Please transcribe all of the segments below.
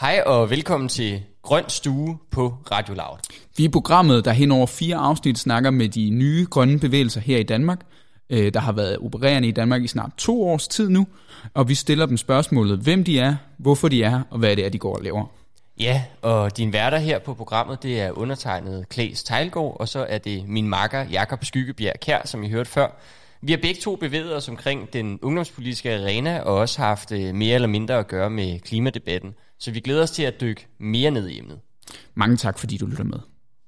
Hej og velkommen til Grøn Stue på Radio Loud. Vi er programmet, der hen over 4 afsnit snakker med de nye grønne bevægelser her i Danmark, der har været opererende i Danmark i snart 2 års tid nu, og vi stiller dem spørgsmålet, hvem de er, hvorfor de er, og hvad det er, de går og laver. Ja, og din værter her på programmet, det er undertegnet Claes Teilgaard, og så er det min makker Jakob Skyggebjerg Kjær, som I hørte før. Vi har begge to bevæget os omkring den ungdomspolitiske arena, og også haft mere eller mindre at gøre med klimadebatten. Så vi glæder os til at dykke mere ned i emnet. Mange tak, fordi du lytter med.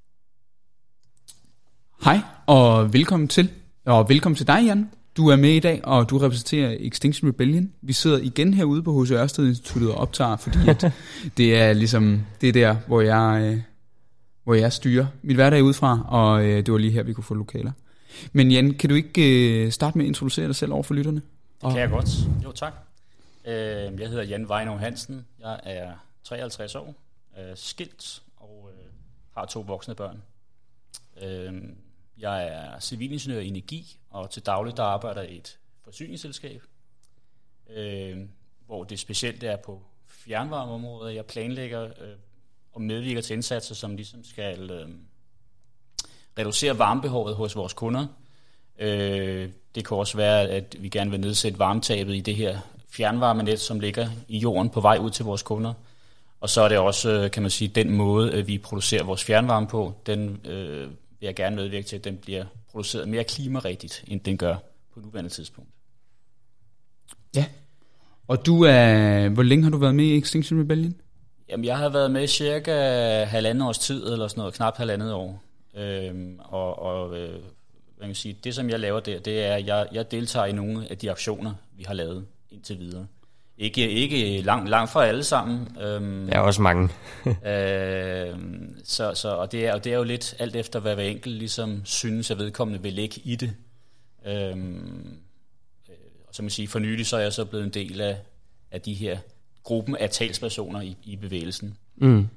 Hej, og velkommen til. Og velkommen til dig, Jan. Du er med i dag, og du repræsenterer Extinction Rebellion. Vi sidder igen herude på H.C. Ørsted Instituttet og optager, fordi at det er ligesom det der, hvor jeg styrer mit hverdag udefra, og det var lige her, vi kunne få lokaler. Men Jan, kan du ikke starte med at introducere dig selv over for lytterne? Det kan jeg godt. Jo, tak. Jeg hedder Jan Vejnov Hansen. Jeg er 53 år, skilt og har 2 voksne børn. Jeg er civilingeniør i energi, og til daglig der arbejder i et forsyningsselskab, hvor det specielt er på fjernvarmeområdet. Jeg planlægger og medvirker til indsatser, som ligesom skal reducere varmebehovet hos vores kunder. Det kan også være, at vi gerne vil nedsætte varmetabet i det her fjernvarmenet, som ligger i jorden på vej ud til vores kunder. Og så er det også, kan man sige, den måde, vi producerer vores fjernvarme på, den vil jeg gerne medvirke til, at den bliver produceret mere klimarigtigt, end den gør på nuværende tidspunkt. Ja, og hvor længe har du været med i Extinction Rebellion? Jamen, jeg har været med cirka 1,5 års tid, eller sådan noget, knap 1,5 år. Man kan sige, det som jeg laver der, det er, at jeg deltager i nogle af de aktioner, vi har lavet indtil videre. Ikke langt fra alle sammen. Der er også mange. Og det er jo lidt alt efter, hvad hver enkelt ligesom synes, at vedkommende vil lægge i det. Og som man siger, for nylig, så er jeg så blevet en del af de her gruppen af talspersoner i bevægelsen. Mm.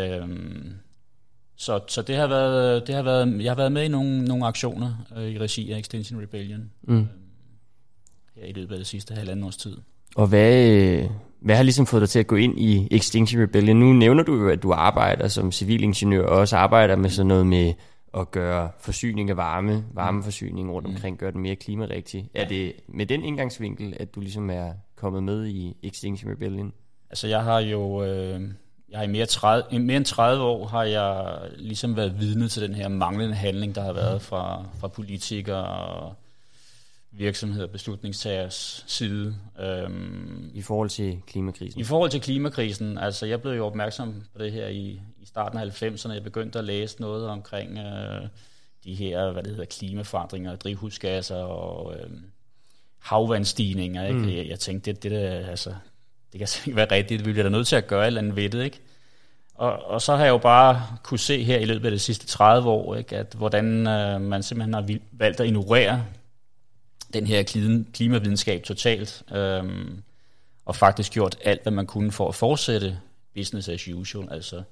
Så det har været, jeg har været med i nogle aktioner i regi af Extinction Rebellion her i løbet af det sidste 1,5 års tid. Og hvad har ligesom fået dig til at gå ind i Extinction Rebellion? Nu nævner du jo, at du arbejder som civilingeniør, og også arbejder med sådan noget med at gøre forsyning af varmeforsyning rundt omkring, gøre den mere klimarigtig. Er det med den indgangsvinkel, at du ligesom er kommet med i Extinction Rebellion? Altså jeg har jo... Jeg har i mere end 30 år har jeg ligesom været vidne til den her manglende handling, der har været fra politikere og virksomheder, beslutningstagers side. I forhold til klimakrisen? I forhold til klimakrisen. Altså jeg blev jo opmærksom på det her i starten af 90'erne. Jeg begyndte at læse noget omkring de her, klimaforandringer, drivhusgasser og havvandsstigninger. Ikke? Jeg tænkte, det kan ikke være rigtigt, vi bliver da nødt til at gøre et eller andet ved det, ikke? Og så har jeg jo bare kunne se her i løbet af de sidste 30 år, ikke, at hvordan man simpelthen har valgt at ignorere den her klimavidenskab totalt, og faktisk gjort alt, hvad man kunne for at fortsætte business as usual, altså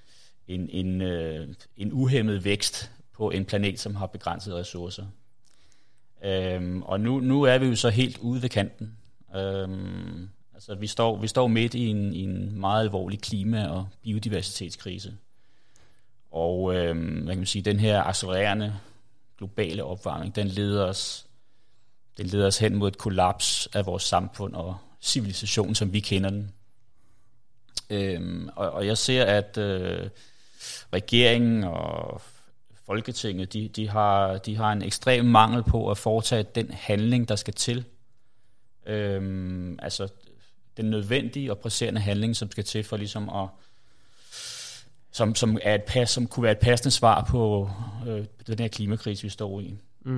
en uhæmmet vækst på en planet, som har begrænsede ressourcer. Og nu er vi jo så helt ude ved kanten. Altså, vi står midt i en meget alvorlig klima- og biodiversitetskrise. Og hvad kan man sige, den her accelererende globale opvarmning, den leder os hen mod et kollaps af vores samfund og civilisation, som vi kender den. Og jeg ser, at regeringen og Folketinget, de har en ekstrem mangel på at foretage den handling, der skal til. Altså den nødvendige og presserende handling, som skal til for ligesom at som kunne være et passende svar på den her klimakrise, vi står i.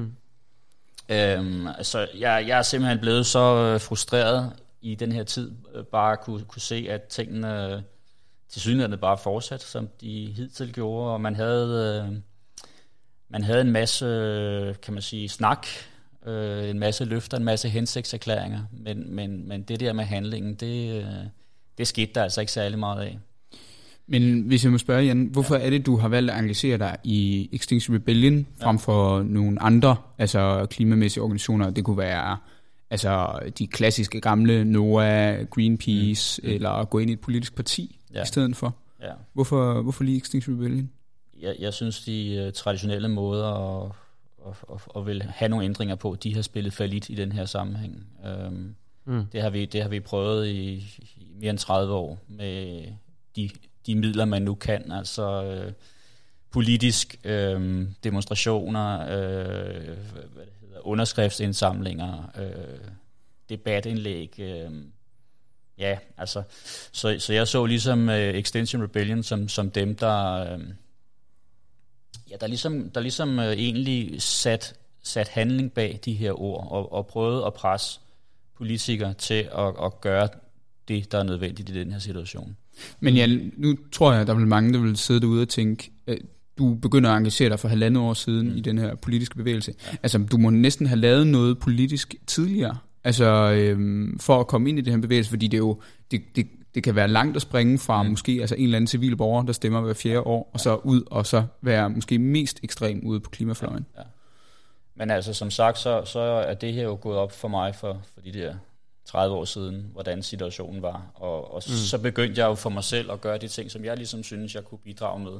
Altså jeg er simpelthen blevet så frustreret i den her tid, bare kunne se, at tingene tilsyneladende bare fortsat, som de hidtil gjorde, og man havde en masse, kan man sige, snak, en masse løfter, en masse hensigtserklæringer, men det der med handlingen, det skete der altså ikke særlig meget af. Men hvis jeg må spørge igen, hvorfor er det, du har valgt at engagere dig i Extinction Rebellion frem for nogle andre, altså klimamæssige organisationer? Det kunne være altså de klassiske gamle NOAA, Greenpeace, eller gå ind i et politisk parti. i stedet for. Ja. Hvorfor lige Extinction Rebellion? Jeg synes, de traditionelle måder at vil have nogle ændringer på, de har spillet fallit i den her sammenhæng. Det har vi prøvet i mere end 30 år med de midler, man nu kan, altså politisk demonstrationer, underskriftsindsamlinger, debatindlæg. Ja, altså, så jeg så ligesom Extinction Rebellion som dem, der ligesom egentlig sat handling bag de her ord, og prøvede at presse politikere til at gøre det, der er nødvendigt i den her situation. Men ja, nu tror jeg, der er mange, der vil sidde derude og tænke, du begynder at engagere dig for 1,5 år siden i den her politiske bevægelse. Ja. Altså, du må næsten have lavet noget politisk tidligere, altså for at komme ind i den her bevægelse, fordi det er jo, det kan være langt at springe fra måske altså en eller anden civil borger, der stemmer hver 4. år, og så ud og så være måske mest ekstrem ude på klimafløjen. Ja. Men altså, som sagt, så er det her jo gået op for mig for de der 30 år siden, hvordan situationen var. Og så begyndte jeg jo for mig selv at gøre de ting, som jeg ligesom synes, jeg kunne bidrage med.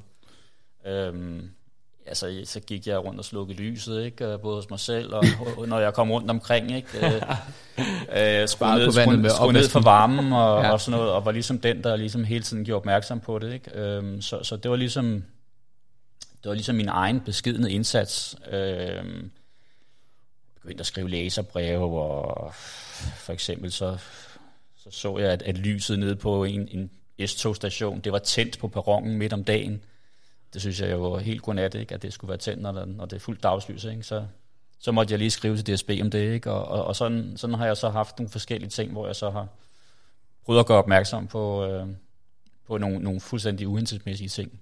Altså, så gik jeg rundt og slukkede lyset, ikke? Både hos mig selv, og når jeg kom rundt omkring, ikke? Skruede ned for varmen og sådan noget, og var ligesom den, der ligesom hele tiden gjorde opmærksom på det, ikke? Så det var ligesom min egen beskedne indsats. Begyndte at skrive læserbreve, og for eksempel så jeg, at lyset nede på en S-togstation, det var tændt på perronen midt om dagen. Det synes jeg jo var helt godnat, ikke? At det skulle være tændt, når det er fuldt dagslys, ikke? Så måtte jeg lige skrive til DSB om det, ikke? Og sådan har jeg så haft nogle forskellige ting, hvor jeg så har prøvet at gøre opmærksom på nogle fuldstændig uhensigtsmæssige ting.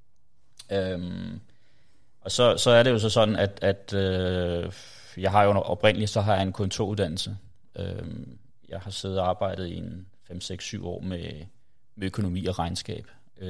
Og så er det jo så sådan, at jeg har jo oprindeligt, så har jeg en kontoruddannelse. Jeg har siddet og arbejdet i 5, 6, 7 år med økonomi og regnskab.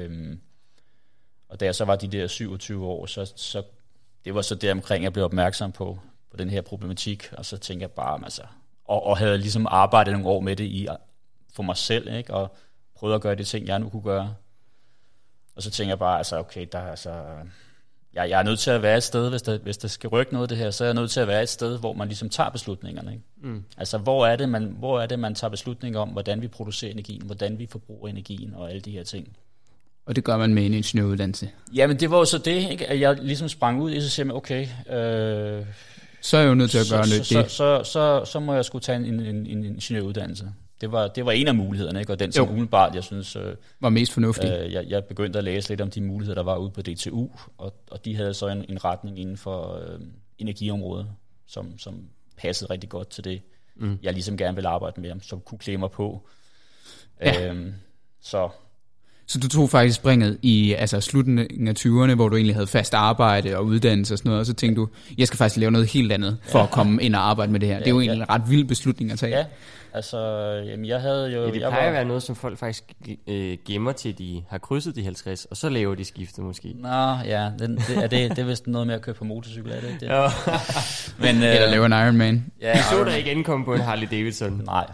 Og da jeg så var de der 27 år, så det var så der omkring, jeg blev opmærksom på den her problematik, og så tænkte jeg bare, altså, og havde ligesom arbejdet nogle år med det for mig selv, ikke? Og prøvet at gøre de ting, jeg nu kunne gøre. Og så tænkte jeg bare, altså, okay, jeg er nødt til at være et sted, hvis der skal rykke noget af det her, så er jeg nødt til at være et sted, hvor man ligesom tager beslutningerne, ikke? Altså, hvor er det, man tager beslutninger om, hvordan vi producerer energien, hvordan vi forbruger energien og alle de her ting. Og det gør man med en ingeniøruddannelse. Jamen, det var jo så det, ikke? At jeg ligesom sprang ud i, så siger man, okay, så er jeg jo nødt til at gøre det. Så må jeg skulle tage en ingeniøruddannelse. Det var en af mulighederne, ikke? Og den som umiddelbart, jeg synes var mest fornuftig. Jeg begyndte at læse lidt om de muligheder, der var ude på DTU, og de havde så en retning inden for energiområdet, som passede rigtig godt til det, jeg ligesom gerne ville arbejde med, som kunne klæde mig på. Ja. Så du tog faktisk springet i slutningen af 20'erne, hvor du egentlig havde fast arbejde og uddannelse og sådan noget, og så tænkte du, jeg skal faktisk lave noget helt andet for at komme ind og arbejde med det her. Det er jo egentlig en ret vild beslutning at tage. Ja, altså, jamen jeg havde jo... Ja, det plejer at være noget, som folk faktisk gemmer til, de har krydset de 50, og så laver de skiftet måske. Nå, ja, det er vist noget med at køre på motorcykel, er det ikke det? Ja. Men, eller lave en Ironman. Ja, jeg så der ikke ankomme på en Harley Davidson. Nej.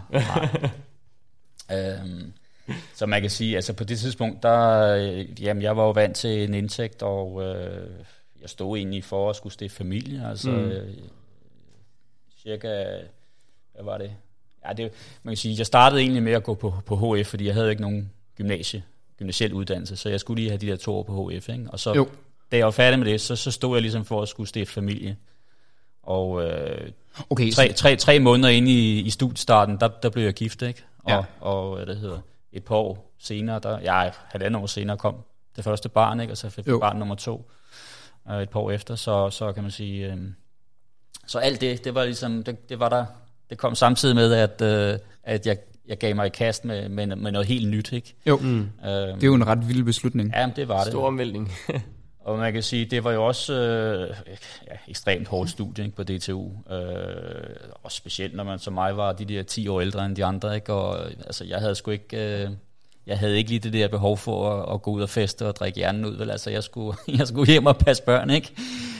Så man kan sige, altså på det tidspunkt, jeg var jo vant til en indtægt, og jeg stod egentlig for at skulle stifte familie, altså cirka, hvad var det? Ja, man kan sige, jeg startede egentlig med at gå på HF, fordi jeg havde ikke nogen gymnasiel uddannelse, så jeg skulle lige have de der 2 år på HF, ikke? Og så, da jeg var færdig med det, så stod jeg ligesom for at skulle stifte familie. Og okay, 3 måneder inde i studiestarten, der blev jeg gift, ikke? Og hvad det hedder, et par år senere, 1,5 år senere kom det første barn, ikke? Og så fik barn nummer 2 et par år efter, så kan man sige, så alt det var ligesom, det var der, det kom samtidig med, at jeg gav mig i kast med noget helt nyt, ikke? Jo, det er jo en ret vild beslutning. Ja, det var det. Stor omvæltning. Og man kan sige, det var jo også ekstremt hårdt studie, ikke, på DTU. Og specielt når man som mig var de der 10 år ældre end de andre, ikke? Og altså, jeg havde sgu ikke... jeg havde ikke lige det der behov for at gå ud og feste og drikke hjernen ud, vel? Altså, jeg skulle hjem og passe børn, ikke?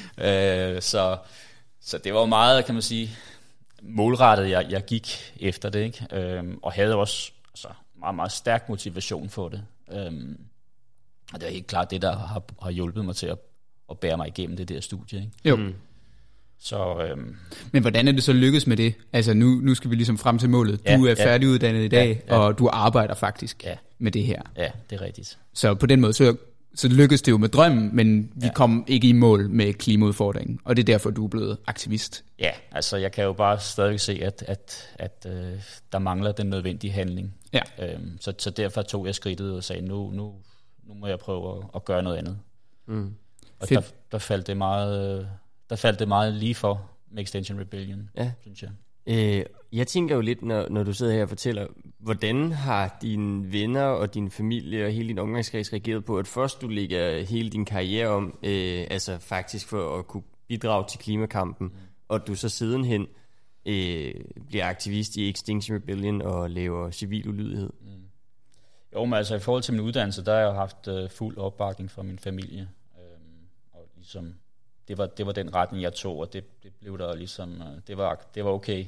Så det var jo meget, kan man sige, målrettet, jeg gik efter det, ikke? Og havde også meget, meget stærk motivation for det. Og det er helt klart det, der har hjulpet mig til at bære mig igennem det der studie. Ikke? Jo. Så, Men hvordan er det så lykkes med det? Altså nu skal vi ligesom frem til målet. Du er færdiguddannet i dag, og du arbejder faktisk med det her. Ja, det er rigtigt. Så på den måde, så lykkes det jo med drømmen, men vi kom ikke i mål med klimaudfordringen. Og det er derfor, du er blevet aktivist. Ja, altså jeg kan jo bare stadig se, at der mangler den nødvendige handling. Ja. Så derfor tog jeg skridtet og sagde, nu må jeg prøve at gøre noget andet. Og der faldt det meget lige for med Extinction Rebellion, synes jeg. Jeg tænker jo lidt, når du sidder her og fortæller, hvordan har dine venner og din familie og hele din omgangskreds reageret på, at først du lægger hele din karriere om, altså faktisk for at kunne bidrage til klimakampen, og du så sidenhen bliver aktivist i Extinction Rebellion og laver civil ulydighed? Jo, men altså i forhold til min uddannelse, der har jeg haft fuld opbakning fra min familie, og ligesom det var den retning, jeg tog, og det blev der ligesom, det var okay.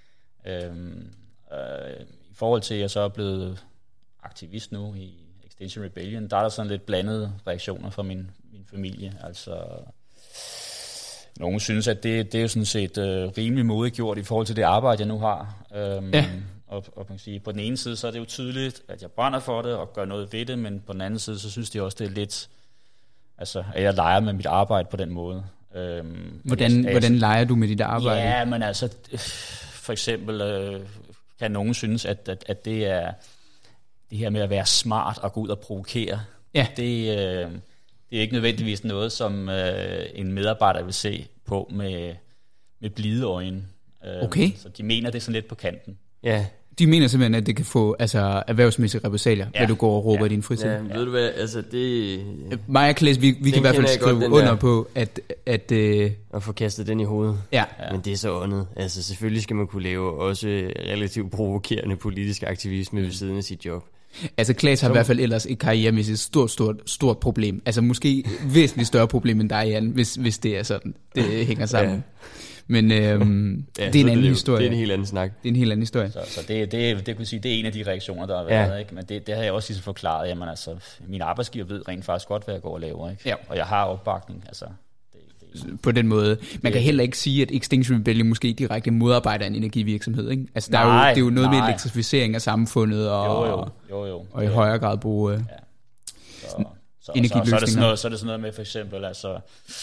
I forhold til, at jeg så er blevet aktivist nu i Extinction Rebellion, der er der sådan lidt blandede reaktioner fra min familie. Altså, nogen synes, at det er jo sådan set rimelig modegjort i forhold til det arbejde, jeg nu har. Og man kan sige, på den ene side, så er det jo tydeligt, at jeg brænder for det og gør noget ved det, men på den anden side, så synes de også, det er lidt, altså, at jeg leger med mit arbejde på den måde. Hvordan leger du med dit arbejde? Ja, men altså, for eksempel kan nogen synes, at det er det her med at være smart og gå ud og provokere. Ja. Det er ikke nødvendigvis noget, som en medarbejder vil se på med blide øjne. Okay. Så de mener, det er sådan lidt på kanten. Ja. De mener simpelthen, at det kan få erhvervsmæssige repressalier, hvad du går og råber i din fritid. Ja, ved du hvad, altså det... Mig og Klaas, vi kan i hvert fald skrive under på, at at få kastet den i hovedet. Ja. Men det er så åndet. Altså selvfølgelig skal man kunne lave også relativt provokerende politisk aktivisme ved siden af sit job. Altså Klaas har i hvert fald ellers et karrieremæssigt stort problem. Altså måske væsentligt større problem end dig, Jan, hvis det er sådan. Det hænger sammen. Ja. Men det er en anden historie. Det er en helt anden snak. Det er en helt anden historie. Så det kunne sige, det er en af de reaktioner, der har været. Ikke? Men det har jeg også ligesom forklaret. Jamen altså, min arbejdsgiver ved rent faktisk godt, hvad jeg går og laver. Ikke? Ja. Og jeg har opbakning. Altså, på den måde. Man kan heller ikke sige, at Extinction Rebellion måske direkte modarbejder en energivirksomhed. Ikke? Altså, det er jo noget med elektrificering af samfundet og, jo. Og i højere grad bruge energiløsninger. Så er det sådan noget med for eksempel, altså...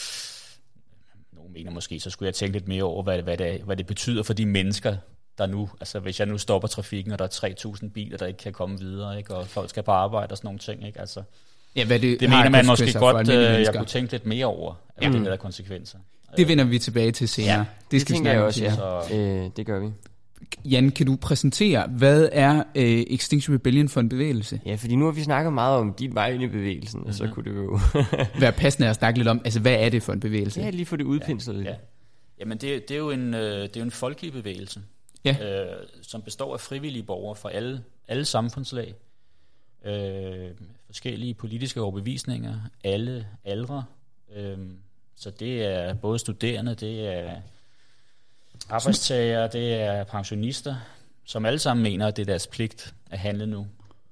mener måske, så skulle jeg tænke lidt mere over, hvad det betyder for de mennesker, der nu, altså hvis jeg nu stopper trafikken, og der er 3.000 biler, der ikke kan komme videre, ikke, og folk skal på arbejde og sådan nogle ting, ikke, altså, det mener man måske godt, jeg kunne tænke lidt mere over, at det havde konsekvenser. Det vender vi tilbage til senere. Ja, det skal tænker jeg også, ja. Det gør vi. Jan, kan du præsentere, hvad er Extinction Rebellion for en bevægelse? Ja, fordi nu har vi snakket meget om din vej ind i bevægelsen, og så kunne det jo... være passende at snakke lidt om, altså hvad er det for en bevægelse? Ja, lige for det udpenslet lidt. Ja. Jamen det er jo en folkelig bevægelse, som består af frivillige borgere fra alle samfundslag, forskellige politiske overbevisninger, alle aldre. Så det er både studerende, det er... arbejdstagere, det er pensionister, som alle sammen mener, at det er deres pligt at handle nu.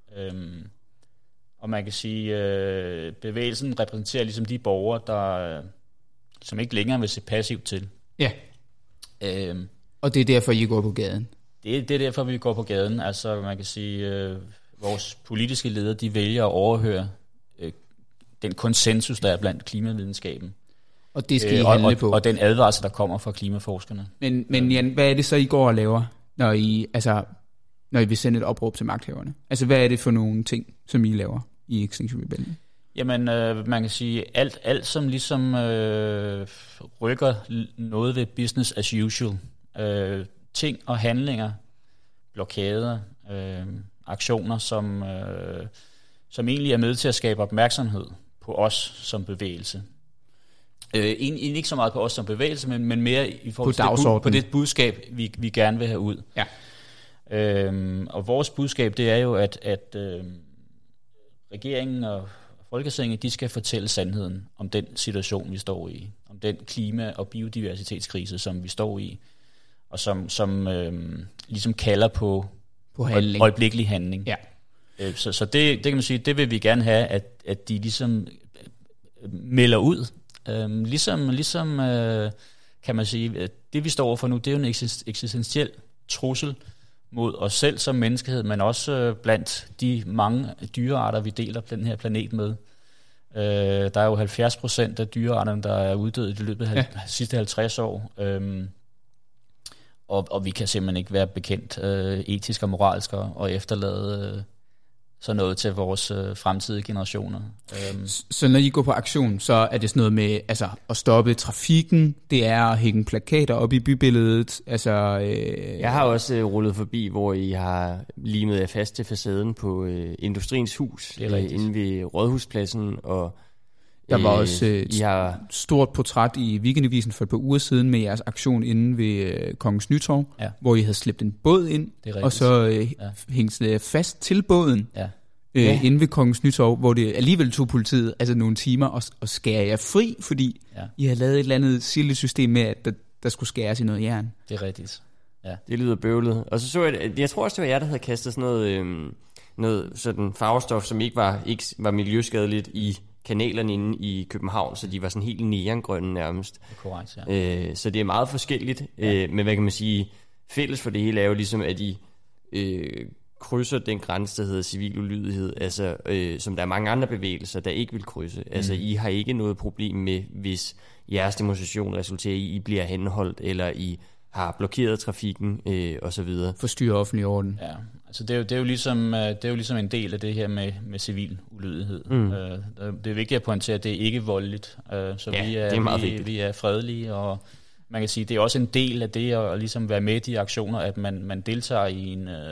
Og man kan sige, bevægelsen repræsenterer ligesom de borgere, som ikke længere vil se passivt til. Ja. Og det er derfor, I går på gaden? Det er derfor, vi går på gaden. Altså man kan sige, vores politiske ledere, de vælger at overhøre den konsensus, der er blandt klimavidenskaben. Og det skal I handle på. Og den advarsel, der kommer fra klimaforskerne. Men Jan, hvad er det så, I går og laver, når I vil sende et opråb til magthaverne? Altså, hvad er det for nogle ting, som I laver i Extinction Rebellion? Jamen, man kan sige, alt som ligesom rykker noget ved business as usual. Ting og handlinger, blokader, aktioner, som egentlig er med til at skabe opmærksomhed på os som bevægelse. Egentlig ikke så meget på os som bevægelse, men mere i forhold til på det budskab, vi gerne vil have ud. Ja. Og vores budskab, det er jo, at regeringen og Folketinget, de skal fortælle sandheden om den situation, vi står i. Om den klima- og biodiversitetskrise, som vi står i. Og som ligesom kalder på øjeblikkelig handling. Ja. Så det kan man sige, det vil vi gerne have, at de ligesom melder ud. Ligesom kan man sige, det vi står overfor nu, det er jo en eksistentiel trussel mod os selv som menneskehed, men også blandt de mange dyrearter, vi deler den her planet med. Der er jo 70% af dyrearterne, der er uddøde i løbet af de sidste 50 år. Og vi kan simpelthen ikke være bekendt etisk og moralsk og efterlade sådan noget til vores fremtidige generationer. Så når I går på aktion, så er det sådan noget med at stoppe trafikken, det er at hænge plakater op i bybilledet. Jeg har også rullet forbi, hvor I har limet jer fast til facaden på Industriens Hus inde ved Rådhuspladsen, og der var også et stort portræt i Weekendavisen for et par uger siden med jeres aktion inde ved Kongens Nytorv, hvor I havde slæbt en båd ind, og så hængt fast til båden inde ved Kongens Nytorv, hvor det alligevel tog politiet nogle timer at skære jer fri, fordi I havde lavet et eller andet sildesystem med, at der skulle skæres i noget jern. Det er rigtigt. Ja. Det lyder bøvlet. Og så jeg tror også, det var jer, der havde kastet sådan noget sådan farvestof, som ikke var miljøskadeligt i kanalerne inde i København, så de var sådan helt neongrønne nærmest. Det er korrekt, så det er meget forskelligt, men hvad kan man sige, fælles for det hele er jo ligesom, at I krydser den grænse, der hedder civil ulydighed, som der er mange andre bevægelser, der ikke vil krydse. I har ikke noget problem med, hvis jeres demonstration resulterer i, I bliver henholdt, eller I har blokeret trafikken, og så videre. Forstyrrer offentlig orden. Ja. Altså det er jo ligesom en del af det her med civil ulydighed. Det er vigtigt at pointere, at det er ikke voldeligt. Så vi er fredelige, og man kan sige, det er også en del af det at ligesom være med i de aktioner, at man deltager i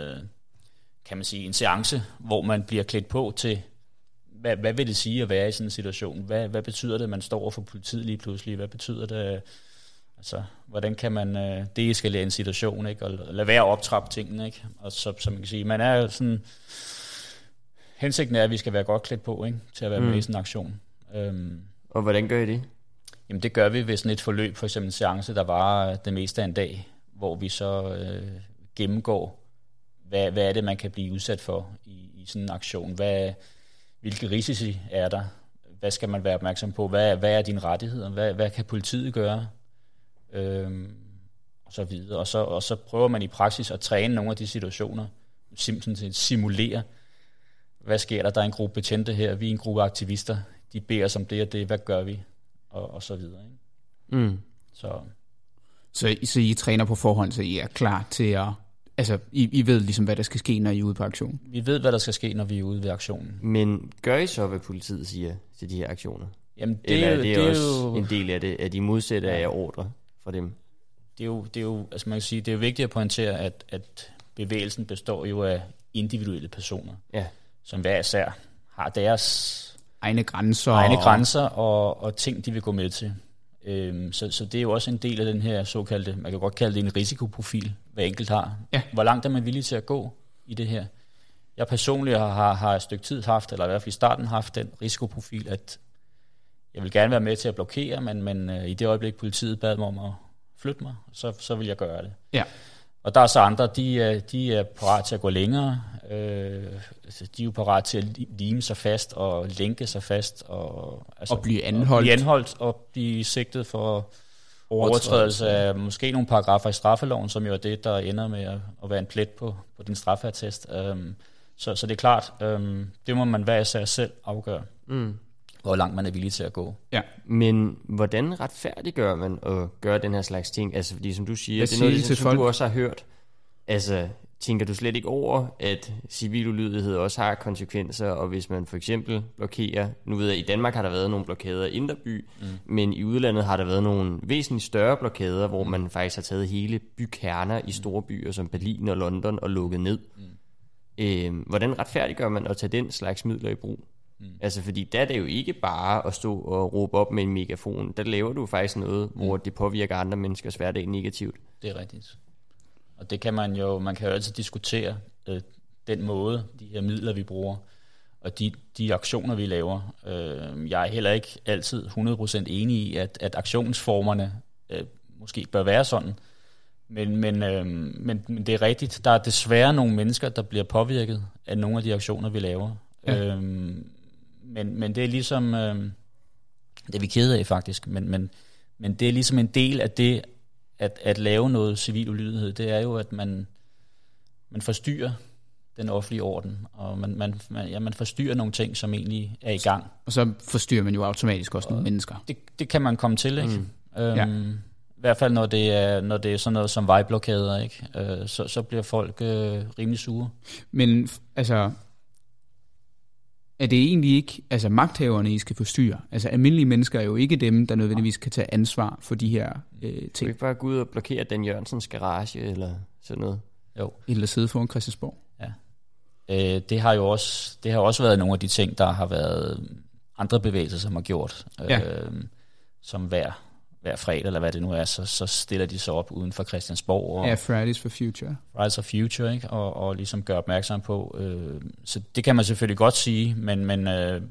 en seance, hvor man bliver klædt på til, hvad vil det sige at være i sådan en situation? Hvad betyder det, at man står over for politiet lige pludselig? Hvad betyder det? Altså, hvordan kan man deeskalere en situation, ikke? Og lade være at optrappe tingene, ikke? Og så man kan sige, man er jo sådan... Hensigten er, at vi skal være godt klædt på, ikke? Til at være med i sådan en aktion. Og hvordan gør I det? Jamen, det gør vi ved sådan et forløb, for eksempel en seance, der var det meste af en dag, hvor vi så gennemgår, hvad er det, man kan blive udsat for i sådan en aktion? Hvilke risici er der? Hvad skal man være opmærksom på? Hvad er dine rettigheder? Hvad kan politiet gøre? Og så videre. Og så prøver man i praksis at træne nogle af de situationer, simpelthen simulere, hvad sker der? Der er en gruppe betjente her, vi er en gruppe aktivister, de beder os om det og det, hvad gør vi? Og så videre. Ikke? Så I træner på forhånd, så I er klar til at... I ved ligesom, hvad der skal ske, når I er ude på aktion? Vi ved, hvad der skal ske, når vi er ude ved aktionen. Men gør I så, hvad politiet siger til de her aktioner? Jamen, det er også en del af det, at I modsætter af ordre fra dem? Det er jo altså man kan sige, det er jo vigtigt at pointere, at bevægelsen består jo af individuelle personer, som hver især har deres egne grænser og ting, de vil gå med til. Så det er jo også en del af den her såkaldte, man kan godt kalde det en risikoprofil, hver enkelt har. Ja. Hvor langt er man villig til at gå i det her? Jeg personligt har et stykke tid haft, eller i hvert fald i starten haft den risikoprofil, at jeg vil gerne være med til at blokere, men i det øjeblik politiet bad mig om at flytte mig, så vil jeg gøre det. Ja. Og der er så andre, de er parat til at gå længere. De er jo parat til at lime sig fast og lænke sig fast. Og blive anholdt. Og blive sigtet for overtrædelse af måske nogle paragrafer i straffeloven, som jo er det, der ender med at være en plet på din straffeattest. Så det er klart, det må man hver især selv afgøre. Hvor langt man er villig til at gå. Ja. Men hvordan retfærdiggør man at gøre den her slags ting? Altså fordi som du siger, det er noget, som du også har hørt. Altså tænker du slet ikke over, at civil ulydighed også har konsekvenser, og hvis man for eksempel blokerer, nu ved jeg, i Danmark har der været nogle blokader i Indre By, men i udlandet har der været nogle væsentligt større blokader, hvor man faktisk har taget hele bykerner i store byer som Berlin og London og lukket ned. Hvordan retfærdiggør man at tage den slags midler i brug? Altså fordi der er det jo ikke bare at stå og råbe op med en megafon. Der laver du faktisk noget, hvor det påvirker andre menneskers hverdag negativt. Det er rigtigt. Og det kan man jo altid diskutere den måde, de her midler vi bruger, og de aktioner vi laver. Jeg er heller ikke altid 100% enig i, at aktionsformerne måske bør være sådan. Men det er rigtigt. Der er desværre nogle mennesker, der bliver påvirket af nogle af de aktioner, vi laver. Ja. Men det er ligesom... det er vi kede af, faktisk. Men det er ligesom en del af det, at lave noget civil ulydighed. Det er jo, at man forstyrrer den offentlige orden, og man forstyrrer nogle ting, som egentlig er i gang. Og så forstyrrer man jo automatisk også nogle mennesker. Det kan man komme til, ikke? I hvert fald når det er sådan noget som vejblokader, ikke? Så bliver folk rimelig sure. Men altså, er det egentlig ikke magthaverne, I skal forstyrre? Altså almindelige mennesker er jo ikke dem, der nødvendigvis kan tage ansvar for de her ting. Du ikke bare gå ud og blokere Dan Jørgensens garage eller sådan noget? Jo. Eller sidde foran Christiansborg? Ja. Det har også været nogle af de ting, der har været andre bevægelser, som har gjort. Som hver fredag, eller hvad det nu er, så stiller de sig op uden for Christiansborg. Og Fridays for Future. Fridays for Future, ikke? Og ligesom gør opmærksom på. Så det kan man selvfølgelig godt sige, men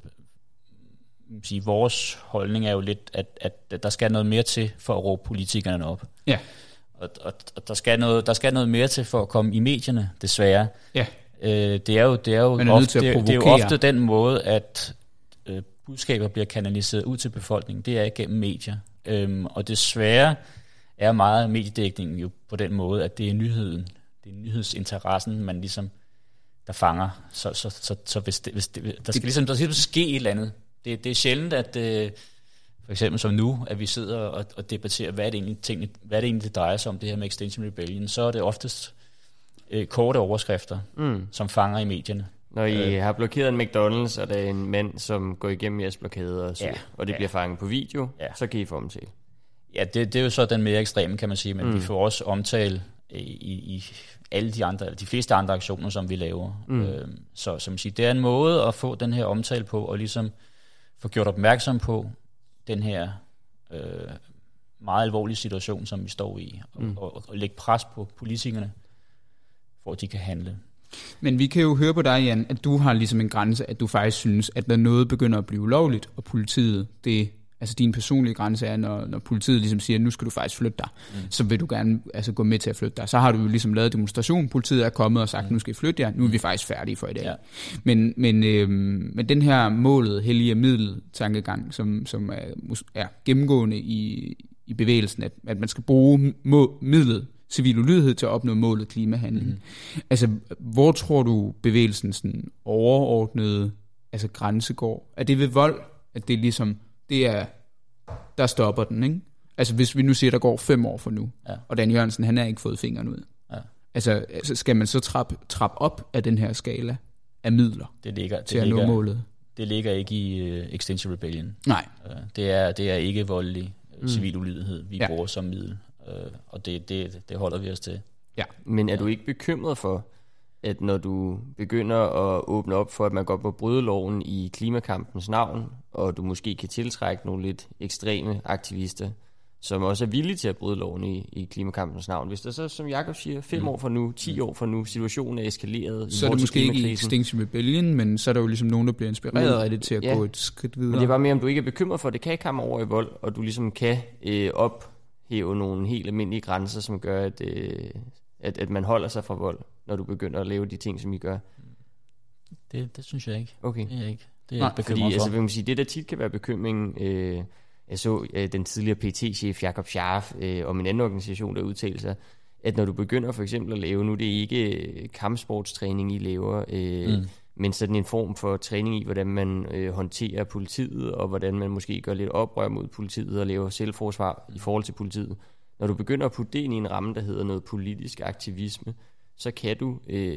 vores holdning er jo lidt, at der skal noget mere til for at råbe politikerne op. Ja. Og der skal noget mere til for at komme i medierne, desværre. Ja. Det er jo ofte den måde, at budskaber bliver kanaliseret ud til befolkningen. Det er gennem medier. Og desværre er meget af mediedækningen jo på den måde, at det er nyheden, det er nyhedsinteressen, man ligesom der fanger. Så hvis der skal ligesom ske et eller andet. Det er sjældent, at for eksempel som nu, at vi sidder og debatterer, hvad det egentlig drejer sig om det her med Extinction Rebellion, så er det oftest korte overskrifter, som fanger i medierne. Når I har blokeret en McDonald's, og der er en mand, som går igennem jeres blokade, og det bliver fanget på video, så kan I få dem til. Ja, det er jo så den mere ekstreme, kan man sige, men vi får også omtale i alle de fleste andre aktioner, som vi laver. Så som siger, det er en måde at få den her omtale på, og ligesom få gjort opmærksom på den her meget alvorlige situation, som vi står i, og lægge pres på politikerne, for at de kan handle. Men vi kan jo høre på dig, Jan, at du har ligesom en grænse, at du faktisk synes, at når noget begynder at blive ulovligt, og politiet, din personlige grænse er, når politiet ligesom siger, at nu skal du faktisk flytte dig, så vil du gerne gå med til at flytte dig. Så har du jo ligesom lavet demonstration, politiet er kommet og sagt, nu skal I flytte jer, nu er vi faktisk færdige for i dag. Ja. Men den her målet, hellige middel tankegang, som er gennemgående i bevægelsen, at man skal bruge midlet civil ulydighed til at opnå målet klimahandling. Altså, hvor tror du bevægelsen sådan overordnede grænse går? Er det ved vold, at det ligesom, det er, der stopper den, ikke? Altså, hvis vi nu siger, der går 5 år for nu, og Dan Jørgensen, han har ikke fået fingeren ud. Ja. Altså, skal man så trappe op af den her skala af midler til at nå målet? Det ligger ikke i Extinction Rebellion. Nej. Det er ikke voldelig civil ulydighed, vi bruger som middel. Og det holder vi os til. Ja. Men er du ikke bekymret for, at når du begynder at åbne op for, at man godt må bryde loven i klimakampens navn, og du måske kan tiltrække nogle lidt ekstreme aktivister, som også er villige til at bryde loven i klimakampens navn. Hvis der så, som Jakob siger, 5 år fra nu, 10 år fra nu, situationen er eskaleret. Så er det måske ikke i Extinction Rebellion, men så er der jo ligesom nogen, der bliver inspireret af det til at gå et skridt videre. Men det er bare mere, om du ikke er bekymret for, at det kan komme over i vold, og du ligesom kan ophæve nogle helt almindelige grænser, som gør, at man holder sig fra vold, når du begynder at lave de ting, som I gør. Det synes jeg ikke. Okay. Det er ikke. Det er jeg ikke bekymret for. Altså, vil man sige, det der tit kan være bekymringen. Jeg så den tidligere PT-chef Jakob Scharf om en anden organisation, der udtalte sig, at når du begynder for eksempel at lave, nu det er ikke kampsportstræning, I laver, men sådan en form for træning i, hvordan man håndterer politiet, og hvordan man måske gør lidt oprør mod politiet og laver selvforsvar i forhold til politiet. Når du begynder at putte det ind i en ramme, der hedder noget politisk aktivisme, så kan du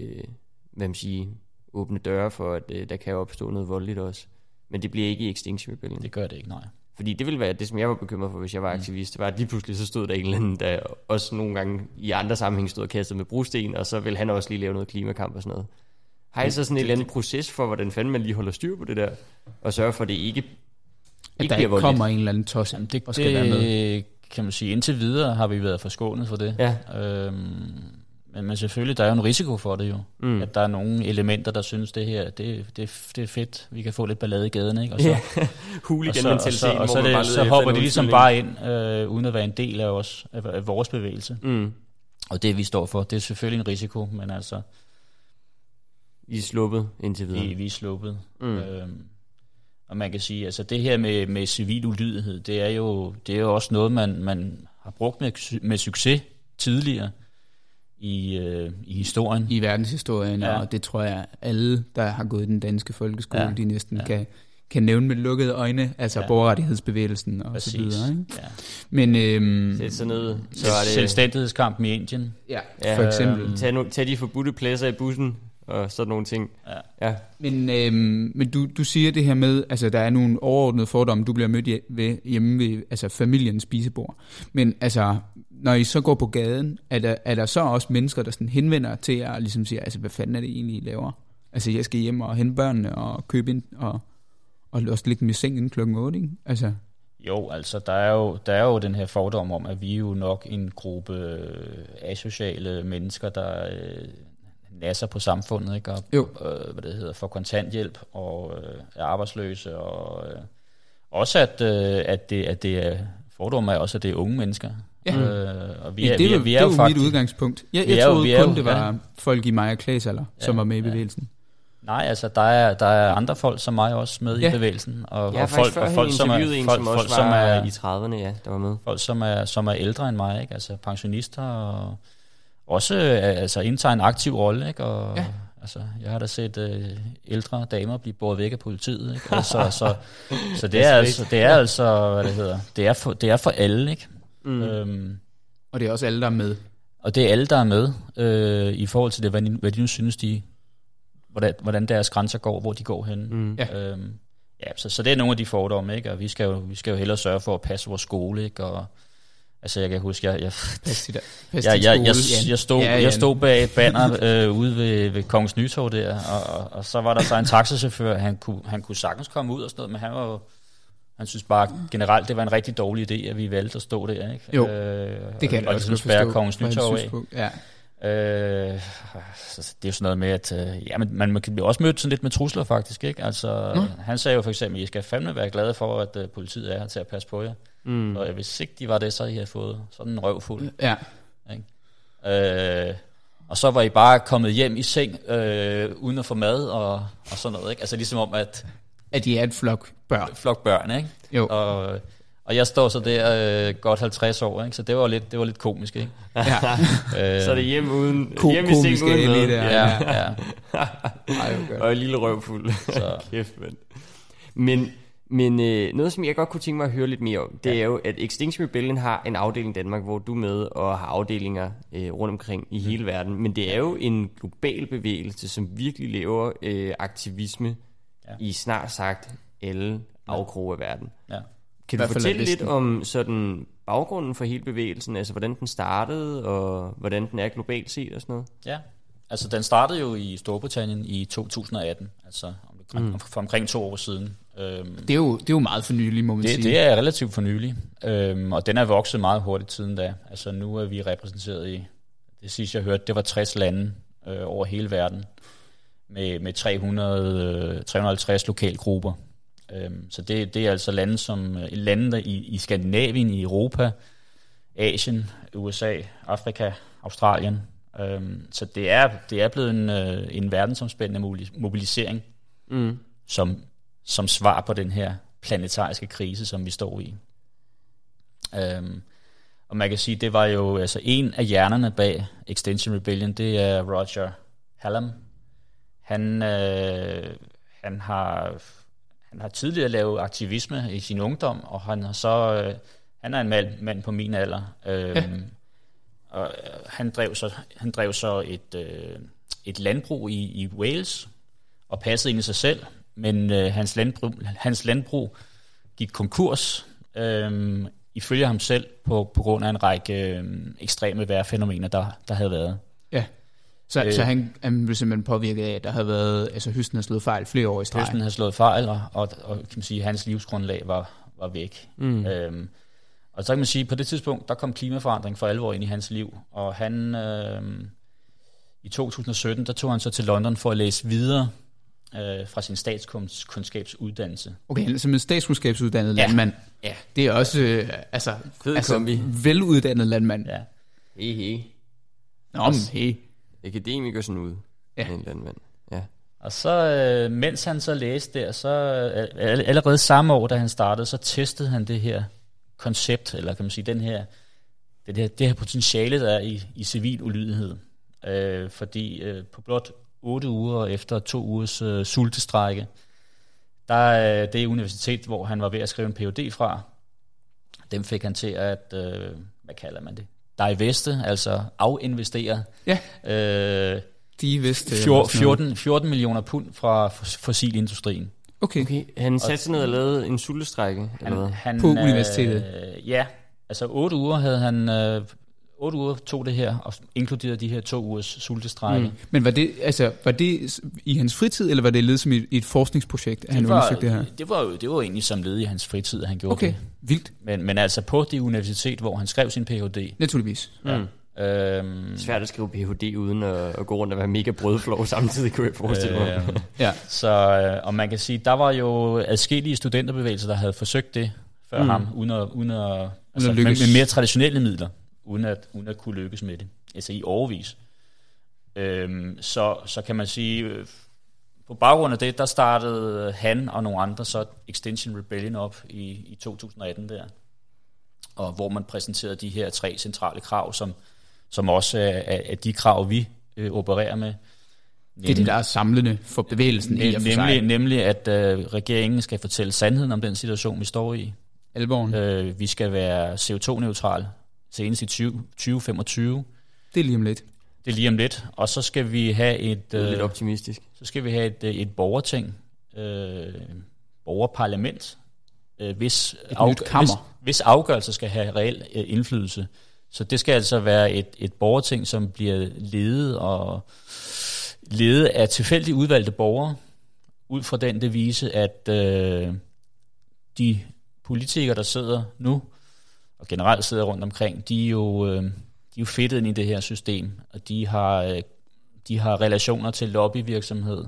åbne døre for, at der kan opstå noget voldeligt også. Men det bliver ikke i Extinction Rebellion. Det gør det ikke, nej. Fordi det ville være det, som jeg var bekymret for, hvis jeg var aktivist. Det var, at lige pludselig så stod der en eller anden, der også nogle gange i andre sammenhæng stod og kastede med brosten, og så ville han også lige lave noget klimakamp og sådan noget. Har I så sådan en eller anden proces for, hvordan fanden man lige holder styr på det der, og sørger for, at det ikke bliver voldeligt? Kommer en eller anden tosse og skal være med? Kan man sige, indtil videre har vi været forskånet for det. Ja. Men selvfølgelig, der er jo en risiko for det jo. At der er nogle elementer, der synes, det her, det er fedt. Vi kan få lidt ballade i gaden, ikke? Og så, så hopper de ligesom bare ind, uden at være en del af vores bevægelse. Og det vi står for, det er selvfølgelig en risiko, men altså... I er sluppet indtil videre. Vi er sluppet. Og man kan sige, altså det her med civil ulydighed, det er jo også noget, man har brugt med succes tidligere i historien. I verdenshistorien, ja. Og det tror jeg, alle, der har gået i den danske folkeskole, de næsten kan nævne med lukkede øjne, altså borgerrettighedsbevægelsen og så videre. Ikke? Ja. Men sæt sig ned, så er det selvstændighedskampen i Indien. Ja, for eksempel. Tag de forbudte pladser i bussen og sådan nogle ting. Ja. Men du siger det her med, altså der er nogle overordnede fordomme, du bliver mødt hjemme ved altså familiens spisebord. Men altså, når I så går på gaden, er der så også mennesker, der sådan henvender til jer og ligesom siger, altså hvad fanden er det egentlig, I laver? Altså jeg skal hjem og hente børnene og købe ind og også ligge med sengen klokken 8, ikke? Altså... Jo, altså der er jo den her fordom om, at vi er jo nok en gruppe asociale mennesker, der nasser på samfundet, ikke? Og hvad det hedder, får kontanthjælp og er arbejdsløse, og også at det er fordom er også, at det er unge mennesker. Ja. Og det er jo faktisk mit udgangspunkt. Jeg troede kun, det var folk i Maja Klaas alder, som var med i bevægelsen. Nej, altså der er andre folk som mig også med i bevægelsen, og folk som er i 30'erne, der var med. Folk som er ældre end mig, ikke? Altså pensionister, og også altså indtager en aktiv rolle, ikke? Og altså jeg har da set ældre damer blive båret væk af politiet, ikke? Altså, så det er altså hvad det hedder, det er for alle, ikke? Og det er også alle der er med. Og det er alle der er med i forhold til det, hvad de nu synes hvordan deres grænser går, hvor de går hen. Så det er nogle af de fordomme, ikke? Og vi skal jo hellere sørge for at passe vores skole, ikke? Og altså jeg kan huske, jeg stod bag et banner ude ved Kongens Nytorv der, og så var der så en taxachauffør, han kunne sagtens komme ud og sådan noget, men han synes bare generelt, det var en rigtig dårlig idé, at vi valgte at stå der, ikke? Jo, det kan jeg også ligesom spærre Kongens Nytorv af. Ja. Så det er jo sådan noget med, at man kan blive også mødt sådan lidt med trusler faktisk, ikke? Altså, han sagde jo for eksempel, at I skal fandme være glade for, at politiet er her til at passe på jer. Og hvis ikke de var det, så havde I have fået sådan en røvfuld. Ja. Og så var I bare kommet hjem i seng, uden at få mad og sådan noget, ikke? Altså ligesom om, at I er et flok børn, ikke? Jo. Og jeg står så der godt 50 år, ikke? Så det var lidt komisk, ikke? Ja. Så er det hjem uden hjem i seng uden mad. Ja. Og en lille røvfuld. Så kæft, mand. Men noget, som jeg godt kunne tænke mig at høre lidt mere om, det er jo, at Extinction Rebellion har en afdeling i Danmark, hvor du er med og har afdelinger rundt omkring i hele verden. Men det er jo en global bevægelse, som virkelig laver aktivisme i snart sagt alle afkroge af verden. Ja. Kan du fortælle lidt om sådan baggrunden for hele bevægelsen, altså hvordan den startede, og hvordan den er globalt set og sådan noget? Ja, altså den startede jo i Storbritannien i 2018, altså for omkring 2 år siden. Det er jo meget for nylig, må man sige. Det er relativt for nylig, og den er vokset meget hurtigt siden da. Altså nu er vi repræsenteret i, det sidste jeg hørte, det var 60 lande over hele verden, med 350 lokalgrupper. Så det er altså lande der i Skandinavien, i Europa, Asien, USA, Afrika, Australien. Så det er blevet en verdensomspændende mobilisering, som svar på den her planetariske krise, som vi står i. Og man kan sige, det var jo altså en af hjernerne bag Extinction Rebellion, det er Roger Hallam. Han har tidligere lavet aktivisme i sin ungdom, og han er en mand på min alder. Og han drev så et landbrug i Wales og passede ind i sig selv, men hans landbrug gik konkurs ifølge ham selv på grund af en række ekstreme vejrfænomener, der havde været. Ja. Så han blev simpelthen påvirket af, at der havde været, altså høsten havde slået fejl flere år i streg. Høsten havde slået fejl, og kan man sige, hans livsgrundlag var væk. Og så kan man sige, på det tidspunkt, der kom klimaforandring for alvor ind i hans liv, og han i 2017, der tog han så til London for at læse videre fra sin statskundskabsuddannelse. Okay, som en statskundskabsuddannet landmand. Ja. Det er også veluddannet landmand. Ja. Nå, men hey. Akademiker sådan ud. Ja. En eller anden mand. Ja. Og så, mens han så læste der, så allerede samme år, da han startede, så testede han det her koncept, eller kan man sige, det her potentiale, der er i civil ulydighed. Fordi på blot 8 uger efter 2 ugers sultestrække, der det universitet, hvor han var ved at skrive en Ph.D. fra, dem fik han til at, hvad kalder man det, diveste, altså afinvestere. Ja. De vidste 14 millioner pund fra fossilindustrien. Okay. Han satte sig ned og lavede en sultestrække, eller hvad? På universitetet? Ja, altså 8 uger havde han... 8 uger tog det her, og inkluderede de her 2 ugers sultestrække. Men var det i hans fritid, eller var det led som et forskningsprojekt, at han undersøgte det her? Det var egentlig som led i hans fritid, at han gjorde det. Okay, vildt. Men altså på det universitet, hvor han skrev sin Ph.D. Naturligvis. Ja. Svært at skrive Ph.D. uden at gå rundt og være mega brødflov samtidig, kunne jeg forestille mig. Ja. Så, og man kan sige, der var jo adskillige studenterbevægelser, der havde forsøgt det før ham, uden at med mere traditionelle midler, uden at kunne lykkes med det, altså i årevis. Så kan man sige, på baggrund af det, der startede han og nogle andre så Extinction Rebellion op i 2018 der, og hvor man præsenterede de her 3 centrale krav, som også er de krav, vi opererer med. Det er det, der er samlende for bevægelsen i og for sig. Nemlig, at regeringen skal fortælle sandheden om den situation, vi står i. Alvoren. Vi skal være CO2-neutral senest i 2025. Det er lige om lidt. Det er lige om lidt. Og så skal vi have lidt optimistisk. Så skal vi have et borgerting, borgerparlament, hvis afgørelser skal have reel indflydelse. Så det skal altså være et borgerting, som bliver ledet af tilfældigt udvalgte borgere, ud fra den devise, at de politikere, der sidder nu, og generelt sidder rundt omkring, de er jo fedtet ind i det her system, og de har relationer til lobbyvirksomhed.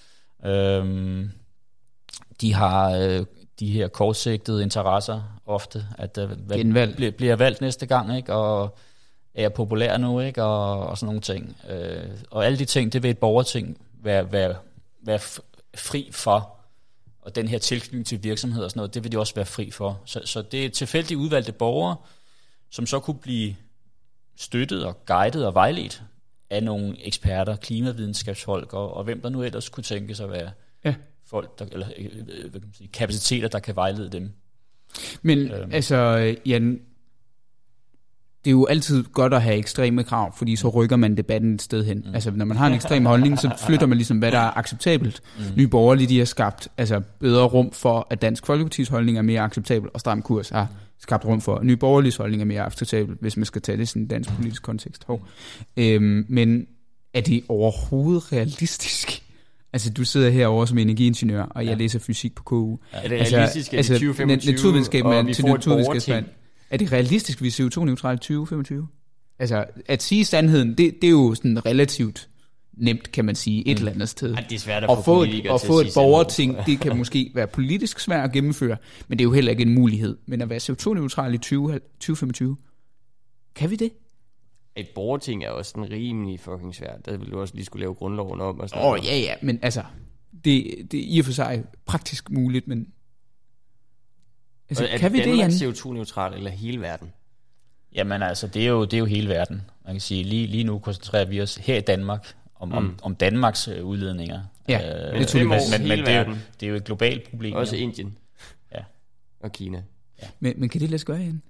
De har de her kortsigtede interesser ofte, at bliver valgt næste gang, ikke? Og er populær nu, ikke? Og sådan nogle ting. Og alle de ting, det vil et borgerting være fri for. Og den her tilknytning til virksomheder og sådan noget, det vil de også være fri for. Så det er tilfældigt udvalgte borgere, som så kunne blive støttet og guidet og vejledt af nogle eksperter, klimavidenskabsfolk og hvem der nu ellers kunne tænke sig at være folk, eller hvad kan man sige, kapaciteter, der kan vejlede dem. Men altså, Jan, det er jo altid godt at have ekstreme krav, fordi så rykker man debatten et sted hen. Altså, når man har en ekstrem holdning, så flytter man ligesom, hvad der er acceptabelt. Nye Borgerlige, de har skabt bedre rum for, at Dansk Folkepartis holdning er mere acceptabel, og Stram Kurs har skabt rum for, at Nye Borgerliges holdning er mere acceptabel, hvis man skal tage det i sådan en dansk politisk kontekst. Men er det overhovedet realistisk? Altså, du sidder herovre som energiingeniør, og jeg læser fysik på KU. Er det realistisk, at 2025, naturvidenskabsmand og vi til får et borgerting? Er det realistisk, at vi er CO2-neutrale i 2025? Altså, at sige sandheden, det er jo sådan relativt nemt, kan man sige, et eller andet sted. Det er svært at få politikere til at få et borgerting, det kan måske være politisk svært at gennemføre, men det er jo heller ikke en mulighed. Men at være CO2-neutral i 2025, kan vi det? Et borgerting er også sådan rimelig fucking svært. Der ville du også lige skulle lave grundloven om. Og sådan ja, men altså, det er i og for sig praktisk muligt, men altså, kan vi det, Jan? Er Danmark CO2-neutral eller hele verden? Jamen altså, det er jo hele verden. Man kan sige, lige nu koncentrerer vi os her i Danmark om Danmarks udledninger. Ja, men det er jo et globalt problem. Også Indien. Ja. Og Kina. Ja. Men kan det lade sig gøre, Jan?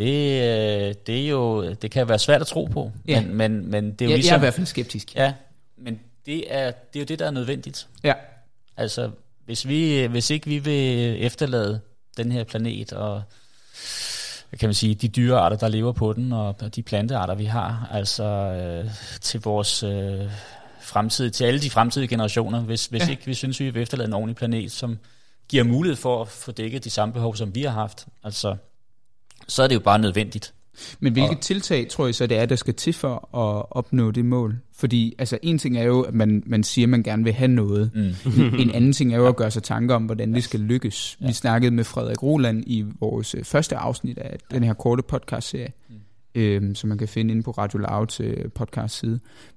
Det kan være svært at tro på, men det er jo ligesom... Jeg er i hvert fald skeptisk. Ja, men det er jo det, der er nødvendigt. Ja. Altså, hvis ikke vi vil efterlade den her planet, og kan man sige, de dyrearter, der lever på den, og de plantearter, vi har, altså til vores fremtid, til alle de fremtidige generationer, hvis ikke vi synes, vi vil efterlade en ordentlig planet, som giver mulighed for at få dækket de samme behov, som vi har haft, altså så er det jo bare nødvendigt. Men hvilke tiltag tror I så det er, der skal til for at opnå det mål? Fordi altså en ting er jo, at man siger, at man gerne vil have noget. En anden ting er jo at gøre sig tanker om, hvordan det skal lykkes. Vi snakkede med Frederik Roland i vores første afsnit af den her korte podcast-serie. som man kan finde inde på Radio Louds podcast side.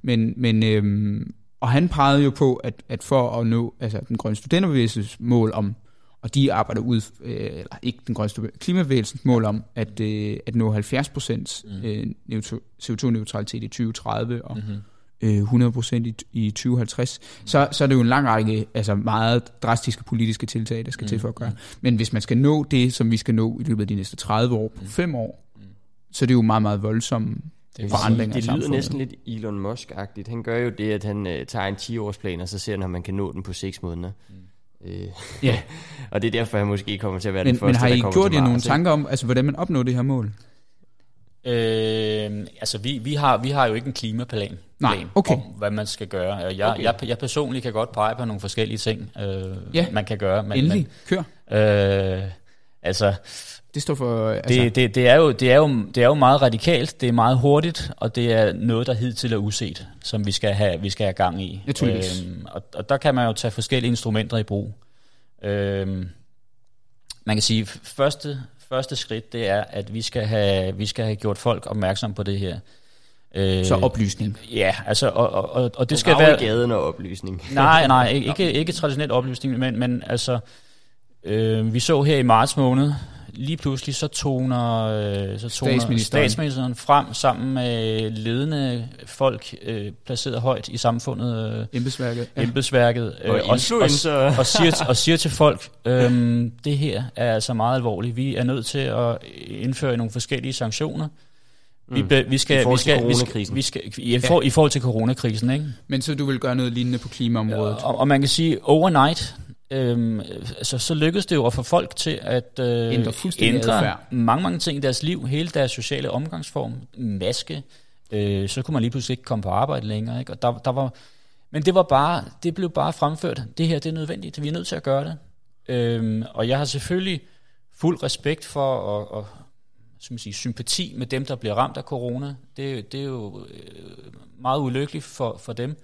Og han pegede jo på, at for at nå den grønne studenterbevægelses mål om, og de arbejder ud, eller ikke den grønne klimabevægelsens mål om, at nå 70% CO2-neutralitet i 2030 og 100% i 2050, så er det jo en lang række meget drastiske politiske tiltag, der skal til for at gøre. Men hvis man skal nå det, som vi skal nå i løbet af de næste 30 år, på 5 år, så er det jo meget, meget voldsomme forandringer. Det lyder næsten lidt Elon Musk-agtigt. Han gør jo det, at han tager en 10-årsplan, og så ser han, om man kan nå den på 6 måneder. Ja. Og det er derfor, han måske kommer til at være den første, der kommer til Mars. Men har I gjort jer nogle ikke? tanker om, hvordan man opnår det her mål? Vi har jo ikke en klimaplan om, hvad man skal gøre. Jeg personligt kan godt pege på nogle forskellige ting, man kan gøre. Endelig, kør. Det står for... Det er jo meget radikalt, det er meget hurtigt, og det er noget, der hidtil er uset, som vi skal have gang i. Og der kan man jo tage forskellige instrumenter i brug. Man kan sige, første skridt, det er, at vi skal have gjort folk opmærksom på det her. Så oplysning. Ja, og det skal være... gaden og oplysning. Nej, ikke traditionel oplysning, men vi så her i marts måned, lige pludselig så toner statsministeren frem sammen med ledende folk placeret højt i samfundet, embedsværket og siger til folk, det her er altså meget alvorligt. Vi er nødt til at indføre nogle forskellige sanktioner. I forhold til coronakrisen, ikke? Men så du vil gøre noget lignende på klimaområdet? Og man kan sige overnight. Så lykkedes det jo at få folk til at ændre mange ting i deres liv, hele deres sociale omgangsform, maske, så kunne man lige pludselig ikke komme på arbejde længere, ikke? Og men det blev bare fremført, det her det er nødvendigt, vi er nødt til at gøre det, og jeg har selvfølgelig fuld respekt for og sympati med dem, der bliver ramt af corona. Det er jo meget ulykkeligt for dem,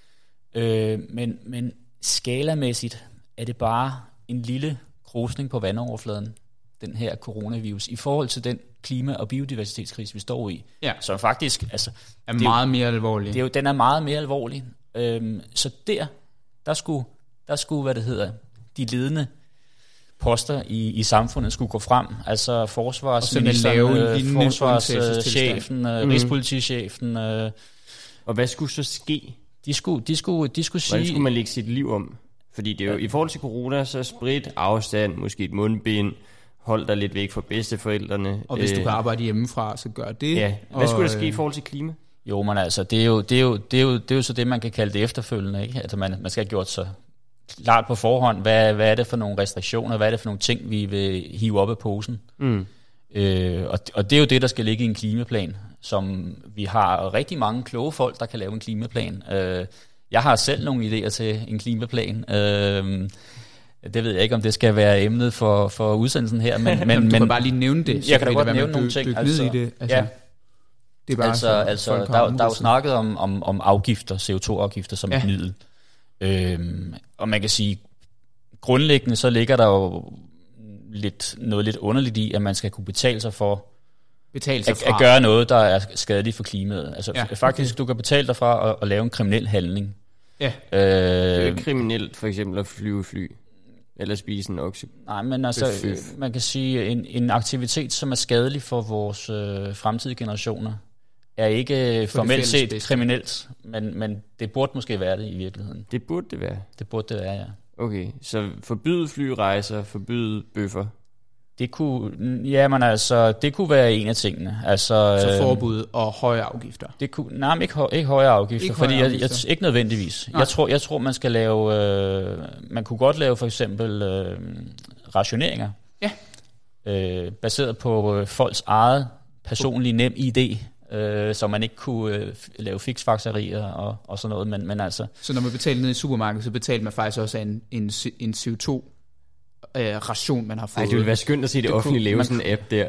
men skalamæssigt er det bare en lille krusning på vandoverfladen, den her coronavirus, i forhold til den klima- og biodiversitetskrise, vi står i. Ja. Som faktisk er meget mere alvorlig. Den er meget mere alvorlig. Så der skulle, de ledende poster i samfundet skulle gå frem. Altså forsvarsministeren, forsvarschefen, rigspolitichefen. Og hvad skulle så ske? De skulle sige... Hvordan skulle man lægge sit liv om? Fordi det er jo i forhold til corona, så sprit, afstand, måske et mundbind, hold dig lidt væk fra bedsteforældrene. Og hvis du kan arbejde hjemmefra, så gør det. Ja. Hvad skulle der ske i forhold til klima? Jo, men altså, det er jo så det, man kan kalde det efterfølgende, ikke? Altså, man skal have gjort så klart på forhånd, hvad er det for nogle restriktioner, hvad er det for nogle ting, vi vil hive op af posen. Og det er jo det, der skal ligge i en klimaplan, som vi har rigtig mange kloge folk, der kan lave en klimaplan. Jeg har selv nogle idéer til en klimaplan. Det ved jeg ikke, om det skal være emnet for udsendelsen her, men du kan bare lige nævne det. Så jeg kan da godt nævne nogle ting. I det. Altså, ja. Det er bare der er jo snakket om afgifter, CO2-afgifter som et middel. Og man kan sige, grundlæggende så ligger der jo noget lidt underligt i, at man skal kunne betale sig for at gøre noget, der er skadeligt for klimaet. Altså faktisk, du kan betale dig fra at lave en kriminel handling. Ja, det er jo ikke kriminelt for eksempel at flyve fly, eller spise en okse. Nej, men altså, man kan sige, en aktivitet, som er skadelig for vores fremtidige generationer, er ikke formelt set kriminelt, men det burde måske være det i virkeligheden. Det burde det være? Det burde det være, ja. Okay, så forbyde flyrejser, forbyde bøffer? Det kunne, det kunne være en af tingene. Altså, så forbud og høje afgifter? Det kunne, nej, ikke højere afgifter, fordi ikke nødvendigvis. Jeg tror, man skal lave, man kunne godt lave for eksempel rationeringer, baseret på folks eget personlige nem idé, så man ikke kunne lave fiksfakserier og sådan noget, men altså... Så når man betalte ned i supermarkedet, så betalte man faktisk også en CO2 ration, man har fået. Ej, det ville være skønt at se det offentlige lave sådan en app der,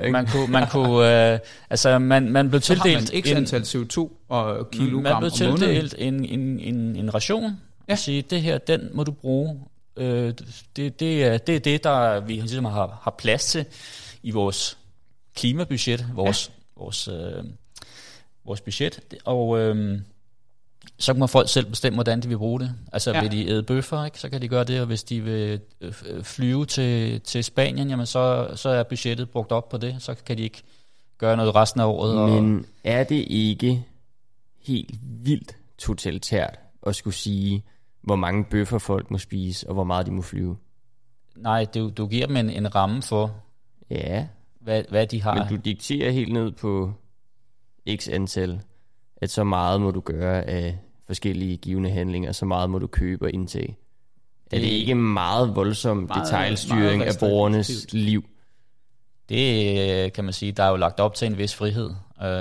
ikke? Man blev tildelt... Så har man antal CO2 og kilogram man blev tildelt en ration, og sige, det her, den må du bruge. Det er det, der vi ligesom har plads til i vores klimabudget, vores budget, og så må folk selv bestemme, hvordan de vil bruge det. Altså vil de æde bøffer, ikke? Så kan de gøre det, og hvis de vil flyve til Spanien, jamen så er budgettet brugt op på det, så kan de ikke gøre noget resten af året. Men er det ikke helt vildt totalitært at skulle sige, hvor mange bøffer folk må spise, og hvor meget de må flyve? Nej, du giver dem en ramme for, hvad de har. Men du dikterer helt ned på x antal, at så meget må du gøre af forskellige givende handlinger, så meget må du købe og indtage. Er det ikke meget voldsom detailstyring af borgernes liv? Det kan man sige, der er jo lagt op til en vis frihed.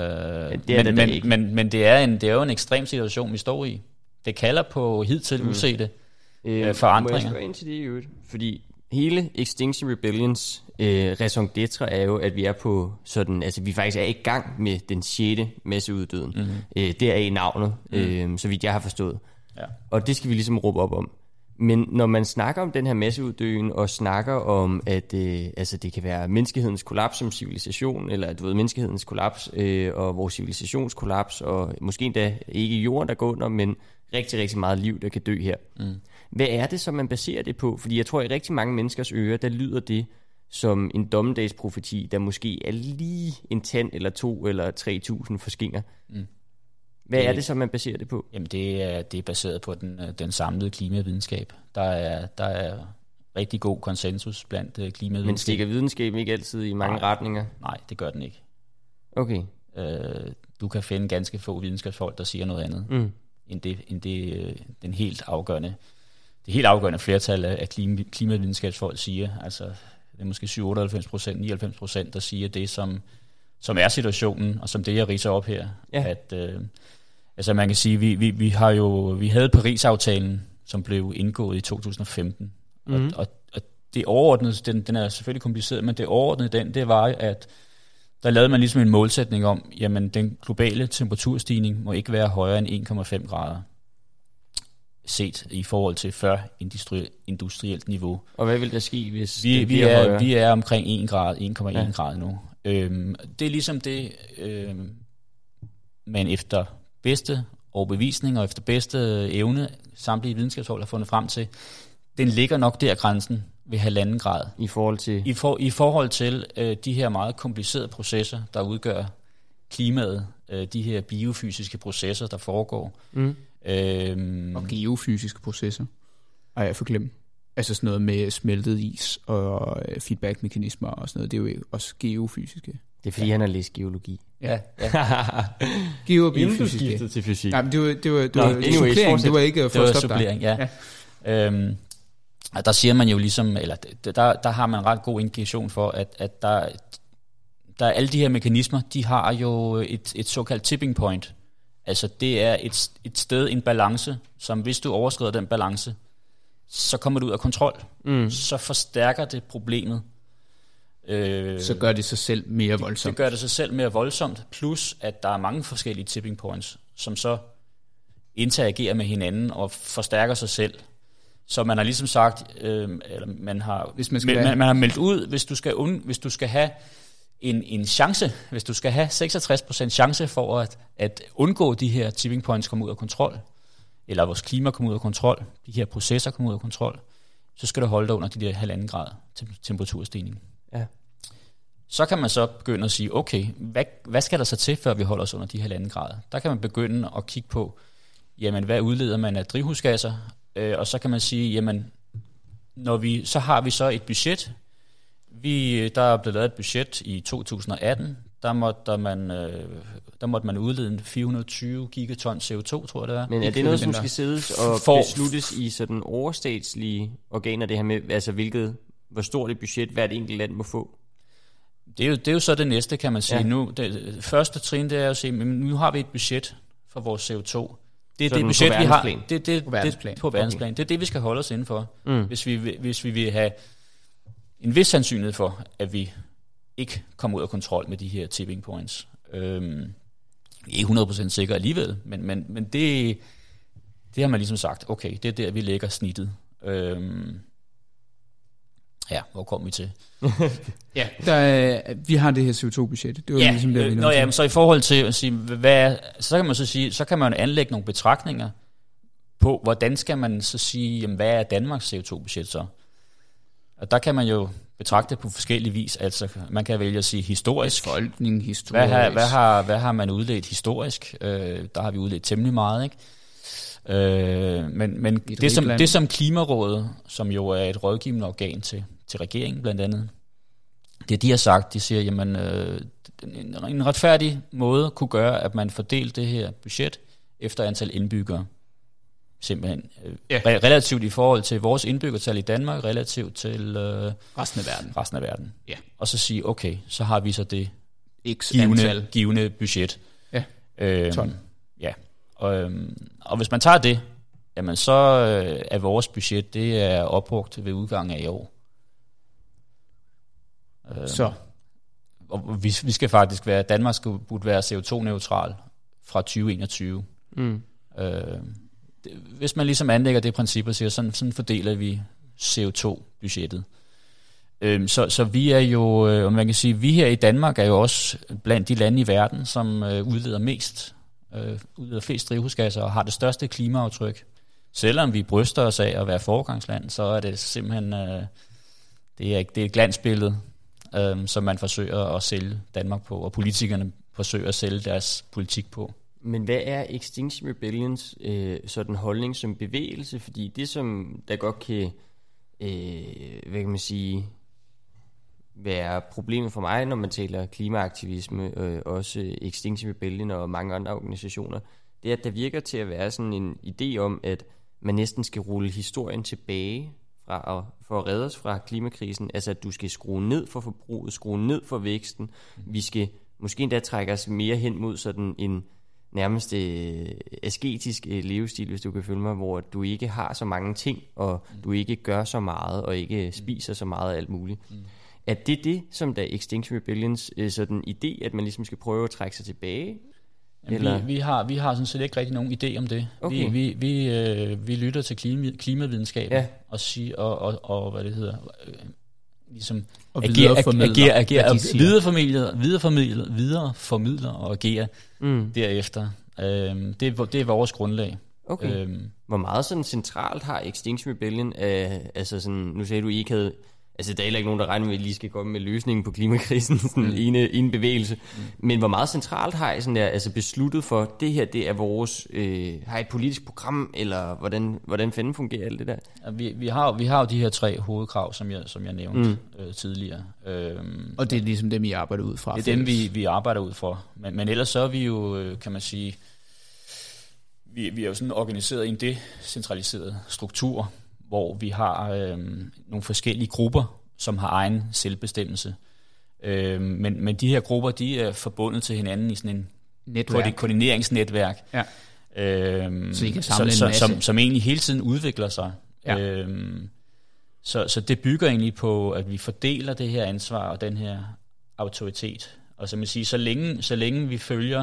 Men det er jo en ekstrem situation, vi står i. Det kalder på hidtil usete forandringer. Må jeg spørge ind til det i øvrigt? Fordi hele Extinction Rebellions raison d'être er jo, at vi er på sådan, altså vi faktisk er i gang med den 6. masseuddøden. Det er i navnet, så vidt jeg har forstået. Ja. Og det skal vi ligesom råbe op om. Men når man snakker om den her masseuddøen, og snakker om, at altså det kan være menneskehedens kollaps som civilisation, eller du ved, menneskehedens kollaps og vores civilisationskollaps, og måske endda ikke jorden, der går under, men rigtig, rigtig meget liv, der kan dø her. Hvad er det, som man baserer det på? Fordi jeg tror, i rigtig mange menneskers ører, der lyder det som en dommedagsprofeti, der måske er lige en tand eller 2 eller 3.000 for skinger. Hvad er det, som man baserer det på? Jamen det er baseret på den samlede klimavidenskab. Der er rigtig god konsensus blandt klimavidenskab. Men stikker videnskaben ikke altid i mange retninger? Nej, det gør den ikke. Okay. Du kan finde ganske få videnskabsfolk, der siger noget andet, end det helt afgørende flertal af klimavidenskabsfolk siger. Altså det er måske 97%, 99%, der siger det, som er situationen, og som det, jeg ridser op her. Ja. At, altså man kan sige, vi havde Paris-aftalen, som blev indgået i 2015. Og det overordnede, den er selvfølgelig kompliceret, men det overordnede det var, at der lavede man ligesom en målsætning om, jamen den globale temperaturstigning må ikke være højere end 1,5 grader set i forhold til før industrielt niveau. Og hvad vil der ske, hvis det bliver højere? Vi er omkring 1 grad, 1,1 grad nu. Det er ligesom det, man efter bedste overbevisning og efter bedste evne samtlige videnskabshold har fundet frem til. Den ligger nok der grænsen ved 1,5 grad. I forhold til? I forhold til de her meget komplicerede processer, der udgør klimaet, de her biofysiske processer, der foregår. Og geofysiske processer. Ej, jeg får glemt. Altså sådan noget med smeltet is og feedback-mekanismer og sådan noget, det er jo også geofysiske. Det er fordi, han har læst geologi. Ja. Geobiofysiske. Inden du skiftede til fysik. Nej, men det var supplering, det var ikke for at stoppe supplering, ja. Der siger man jo ligesom, eller der har man en ret god indikation for, at der alle de her mekanismer, de har jo et såkaldt tipping point. Altså det er et sted, en balance, som hvis du overskrider den balance, så kommer du ud af kontrol. Så forstærker det problemet. Så gør det sig selv mere voldsomt. Det gør det sig selv mere voldsomt, plus at der er mange forskellige tipping points, som så interagerer med hinanden og forstærker sig selv. Så man har ligesom sagt, eller man har meldt ud, hvis du skal have en chance, hvis du skal have 66% chance for at undgå de her tipping points komme ud af kontrol, eller vores klima kommer ud af kontrol, de her processer kommer ud af kontrol, så skal du holde dig under de der 1,5 grad temperaturstigning. Ja. Så kan man så begynde at sige, okay, hvad skal der så til, før vi holder os under de 1,5 grader? Der kan man begynde at kigge på, jamen hvad udleder man af drivhusgasser, og så kan man sige, jamen så har vi så et budget. Der er blevet lavet et budget i 2018, der måtte man udlede 420 gigaton CO2, tror jeg det er. Men er det noget, som skal siddes og besluttes i sådan overstatslige organer, det her med, altså hvor stort et budget hvert enkelt land må få? Det er jo så det næste, kan man sige. Ja. Nu, det første trin, det er at sige, nu har vi et budget for vores CO2. Det er det budget, vi har. På verdensplan. Det er det, vi skal holde os inden for. Hvis vi vil have en vis sandsynlighed for, at vi ikke kommer ud af kontrol med de her tipping points. Ikke 100% sikker alligevel, men det har man ligesom sagt, okay, det er der, vi lægger snittet. Ja, hvor kom vi til? Vi har det her CO2-budget. Det var ligesom det, så i forhold til at sige, så kan man så sige, så kan man anlægge nogle betragtninger på, hvordan skal man så sige, jamen, hvad er Danmarks CO2-budget så? Og der kan man jo betragte på forskellige vis. Altså, man kan vælge at sige historisk. Befolkning, historisk. Hvad har man udledt historisk? Der har vi udledt temmelig meget, ikke? Men det som Klimarådet, som jo er et rådgivende organ til regeringen blandt andet, det de har sagt, de siger, jamen en retfærdig måde kunne gøre, at man fordelte det her budget efter antal indbyggere. Simpelthen relativt i forhold til vores indbyggertal i Danmark, relativt til resten af verden. Ja. Og så sige, okay, så har vi så det givende budget. Ja. Ja. Og hvis man tager det, jamen så er vores budget, det er opbrugt ved udgangen af i år. Så. Og vi skal faktisk være, Danmark burde være CO2-neutral fra 2021. Hvis man ligesom anlægger det princip og siger, sådan fordeler vi CO2-budgettet. Så vi er jo, om man kan sige, vi her i Danmark er jo også blandt de lande i verden, som udleder flest drivhusgasser og har det største klimaaftryk. Selvom vi bryster os af at være foregangsland, så er det simpelthen det er et glansbillede, som man forsøger at sælge Danmark på, og politikerne forsøger at sælge deres politik på. Men hvad er Extinction Rebellions sådan holdning som bevægelse? Fordi det, som der godt kan, hvad kan man sige, være problemet for mig, når man taler klimaaktivisme, også Extinction Rebellion og mange andre organisationer, det er, at der virker til at være sådan en idé om, at man næsten skal rulle historien tilbage for at redde os fra klimakrisen. Altså, at du skal skrue ned for forbruget, skrue ned for væksten. Vi skal måske endda trække os mere hen mod sådan en nærmest asketisk livsstil, hvis du kan følge mig, hvor du ikke har så mange ting, og du ikke gør så meget, og ikke spiser så meget af alt muligt. Er det, som der er Extinction Rebellions sådan idé, at man ligesom skal prøve at trække sig tilbage? Jamen, vi har sådan set ikke rigtig nogen idé om det. Okay. Vi lytter til klimavidenskaben og siger og hvad det hedder, ligesom videreformidler og agere derefter. Det er vores grundlag. Okay. Hvor meget sådan centralt har Extinction Rebellion, altså sådan, nu sagde du, I ikke havde, altså der er heller ikke nogen, der regner med, at I lige skal komme med løsningen på klimakrisen, sådan en bevægelse, men hvor meget centralt har I sådan der, altså besluttet for, det her, det er vores, har I et politisk program, eller hvordan fanden fungerer alt det der? Ja, vi har jo de her 3 hovedkrav, som jeg nævnte tidligere. Og det er ligesom dem, I arbejder ud fra? Det er dem, vi arbejder ud for. Men ellers så er vi jo, kan man sige, vi er jo sådan organiseret i en decentraliseret struktur, hvor vi har nogle forskellige grupper, som har egen selvbestemmelse. Men de her grupper, de er forbundet til hinanden i sådan en koordineringsnetværk, så I kan samle en masse. Som egentlig hele tiden udvikler sig. Ja. Så det bygger egentlig på, at vi fordeler det her ansvar og den her autoritet. Og som jeg siger, så længe vi følger,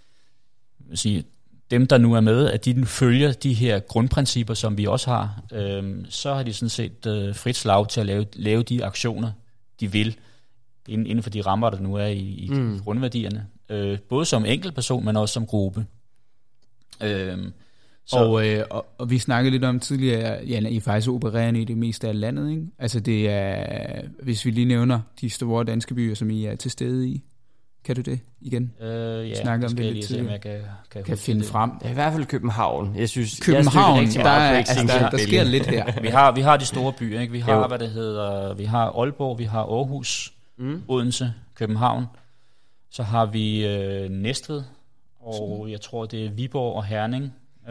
dem, der nu er med, at de følger de her grundprincipper, som vi også har, så har de sådan set frit slag til at lave de aktioner, de vil, inden for de rammer, der nu er i grundværdierne. Både som enkeltperson, men også som gruppe. Og vi snakkede lidt om tidligere, Jan, I faktisk opererende i det meste af landet, ikke? Altså det er, hvis vi lige nævner de store danske byer, som I er til stede i. Kan du det igen? Snakke om det lidt tidligere. Kan finde frem. Det er i hvert fald København. Jeg synes, København, der sker lidt her. Vi har de store byer, ikke? Vi har, vi har Aalborg, vi har Aarhus, Odense, København. Så har vi Næstved, og jeg tror, det er Viborg og Herning.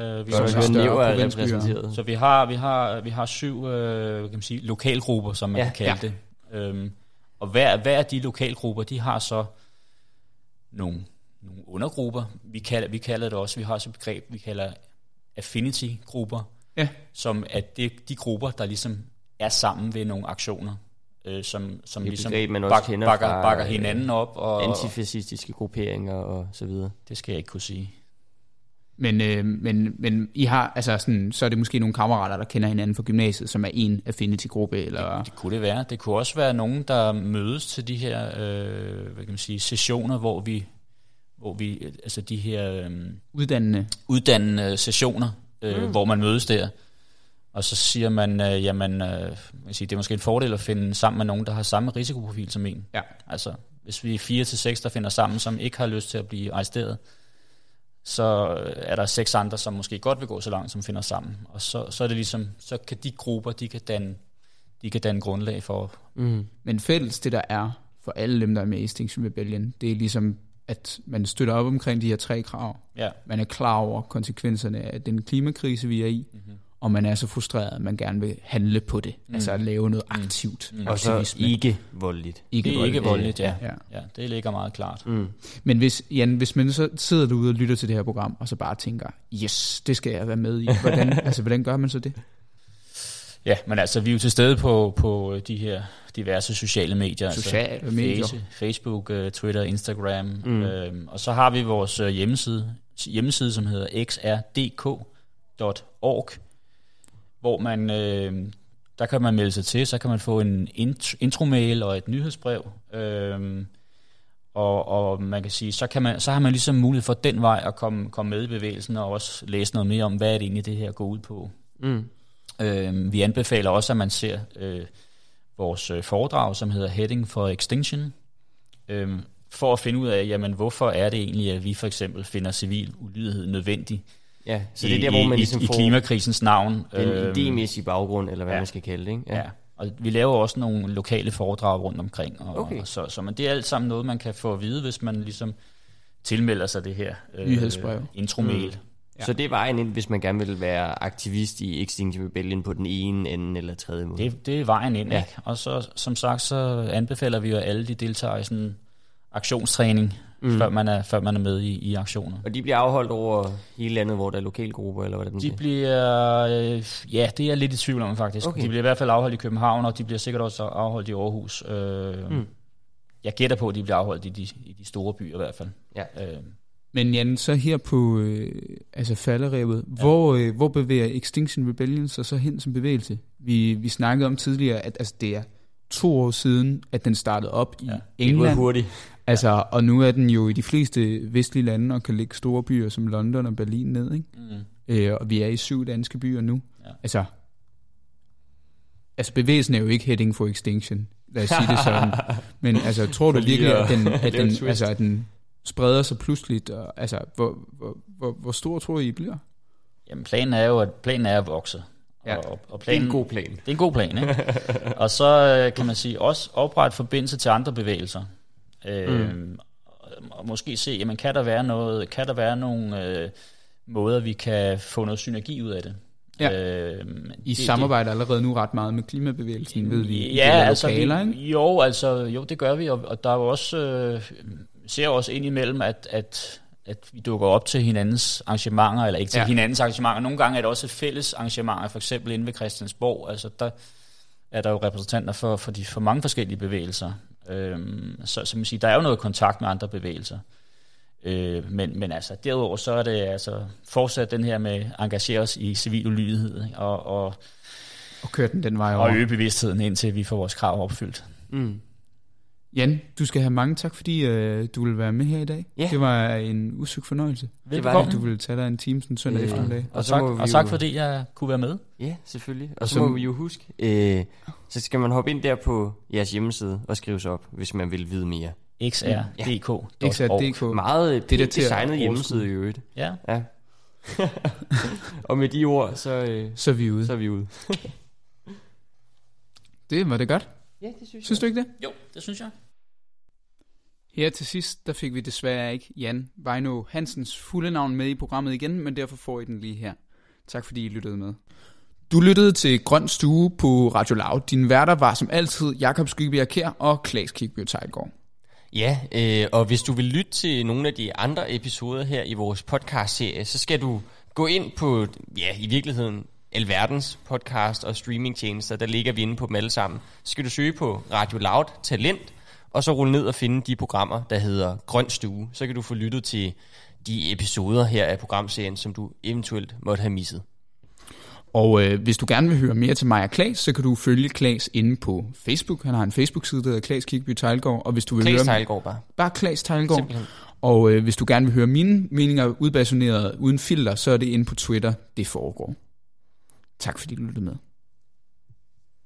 Så vi har 7 kan man sige, lokalgrupper, som man kan kalde det. Og hver af de lokalgrupper, de har så nogle undergrupper. Vi kalder det også, vi har så et begreb, vi kalder affinity-grupper, som er de grupper, der ligesom er sammen ved nogle aktioner, som ligesom begreb, bakker hinanden op. Og antifascistiske grupperinger og så videre. Det skal jeg ikke kunne sige. Men I har, altså sådan, så er det måske nogle kammerater, der kender hinanden fra gymnasiet, som er en affinity-gruppe, eller? Det kunne det være. Det kunne også være nogen, der mødes til de her hvad kan man sige, sessioner, hvor vi altså de her uddannende sessioner, hvor man mødes der. Og så siger man, det er måske en fordel at finde sammen med nogen, der har samme risikoprofil som en. Ja. Altså, hvis vi er 4 til 6, der finder sammen, som ikke har lyst til at blive arresteret, så er der 6 andre, som måske godt vil gå så langt, som finder sammen. Og så er det ligesom, så kan de grupper, de kan danne grundlag for. Men fælles det der er for alle dem, der er med i Extinction Rebellion, det er ligesom, at man støtter op omkring de her 3 krav. Ja. Man er klar over konsekvenserne af den klimakrise, vi er i, og man er så frustreret, at man gerne vil handle på det. Altså at lave noget aktivt. Og så ikke voldeligt. Det er ikke voldeligt, ja. Det ligger meget klart. Men hvis man så sidder derude og lytter til det her program, og så bare tænker, yes, det skal jeg være med i. Hvordan gør man så det? Ja, men altså, vi er jo til stede på de her diverse sociale medier. Facebook, Twitter, Instagram. Og så har vi vores hjemmeside, som hedder xrdk.org, hvor man, der kan man melde sig til, så kan man få en intromail og et nyhedsbrev, og man kan sige, så har man ligesom mulighed for den vej at komme med i bevægelsen, og også læse noget mere om, hvad er det egentlig, det her går ud på. Vi anbefaler også, at man ser vores foredrag, som hedder Heading for Extinction, for at finde ud af, jamen, hvorfor er det egentlig, at vi for eksempel finder civil ulydighed nødvendig. Ja, så det er der, hvor man ligesom får i klimakrisens navn. Den idémæssige baggrund, eller hvad man skal kalde det, ikke? Ja. Og vi laver også nogle lokale foredrag rundt omkring. Og så men det er alt sammen noget, man kan få at vide, hvis man ligesom tilmelder sig det her nyhedsbrev. Intromail. Ja. Så det er vejen ind, hvis man gerne vil være aktivist i Extinction Rebellion på den ene, anden eller tredje måde. Det er vejen ind, ikke? Og så, som sagt, så anbefaler vi jo, at alle de deltager i sådan en aktionstræning, før man er med i aktioner. Og de bliver afholdt over hele landet, hvor der er lokalgrupper, eller hvordan det bliver, det er jeg lidt i tvivl om faktisk. Okay. De bliver i hvert fald afholdt i København, og de bliver sikkert også afholdt i Aarhus. Jeg gætter på, at de bliver afholdt i de store byer i hvert fald. Ja. Men Jan, så her på falderevet, hvor bevæger Extinction Rebellion sig så hen som bevægelse? Vi snakkede om tidligere, at det er 2 år siden, at den startede op i England. Det går hurtigt. Altså, og nu er den jo i de fleste vestlige lande og kan ligge store byer som London og Berlin ned, ikke? Og vi er i 7 danske byer nu. Ja. Altså bevægelsen er jo ikke Heading for Extinction, lad os sige det sådan. Men altså, tror du virkelig, at den spreder sig pludseligt? Og, altså, hvor stor tror I bliver? Jamen, planen er at vokse. Ja, og planen, det er en god plan. Det er en god plan, ikke? Og så kan man sige også oprette forbindelse til andre bevægelser. Og måske se, jamen kan der være nogle måder, vi kan få noget synergi ud af det. Ja. I samarbejder allerede nu ret meget med klimabevægelsen, ved vi. Ja, altså jo, det gør vi, og der er jo også ser også ind imellem, at vi dukker op til hinandens arrangementer, eller ikke til hinandens arrangementer. Nogle gange er det også fælles arrangementer, for eksempel inde ved Christiansborg. Altså der er der jo repræsentanter for mange forskellige bevægelser. Så man siger, der er jo noget kontakt med andre bevægelser. Men altså derudover så er det altså fortsat den her med at engagere os i civil ulydighed og køre den vej over. Og øge bevidstheden, indtil vi får vores krav opfyldt. Jan, du skal have mange tak, fordi du ville være med her i dag. Yeah. Det var en udsøgt fornøjelse. Velkommen. Du ville tage dig en time sådan søndag eftermiddag. Og tak fordi jeg kunne være med. Ja, selvfølgelig. Og så må vi jo huske, så skal man hoppe ind der på jeres hjemmeside og skrive sig op, hvis man vil vide mere. xrdk.org. xrdk. Meget pænt designet hjemmeside i øvrigt. Ja. Og med de ord, så er vi ude. Det var det godt. Ja, det synes jeg. Synes du ikke det? Jo, det synes jeg. Her til sidst, der fik vi desværre ikke Jan Vejno Hansens fulde navn med i programmet igen, men derfor får I den lige her. Tak fordi I lyttede med. Du lyttede til Grøn Stue på Radio Loud. Dine værter var som altid Jakob Skybjerg Kjær og Claes Kikby Tejlgaard. Ja, og hvis du vil lytte til nogle af de andre episoder her i vores podcast-serie, så skal du gå ind på, i virkeligheden, alverdens podcast og streamingtjenester. Der ligger vi inde på dem alle sammen. Så skal du søge på Radio Loud Talent, og så rulle ned og finde de programmer, der hedder Grøn Stue. Så kan du få lyttet til de episoder her af programserien, som du eventuelt måtte have misset. Og hvis du gerne vil høre mere til mig og Claes, så kan du følge Claes inde på Facebook. Han har en Facebook-side, der hedder Claes Kirkeby Teglgaard. Og hvis du vil Claes høre Teglgaard bare. Bare Claes Teglgaard. Simpelthen. Og hvis du gerne vil høre mine meninger udbasuneret uden filter, så er det inde på Twitter, det foregår. Tak fordi du lyttede med.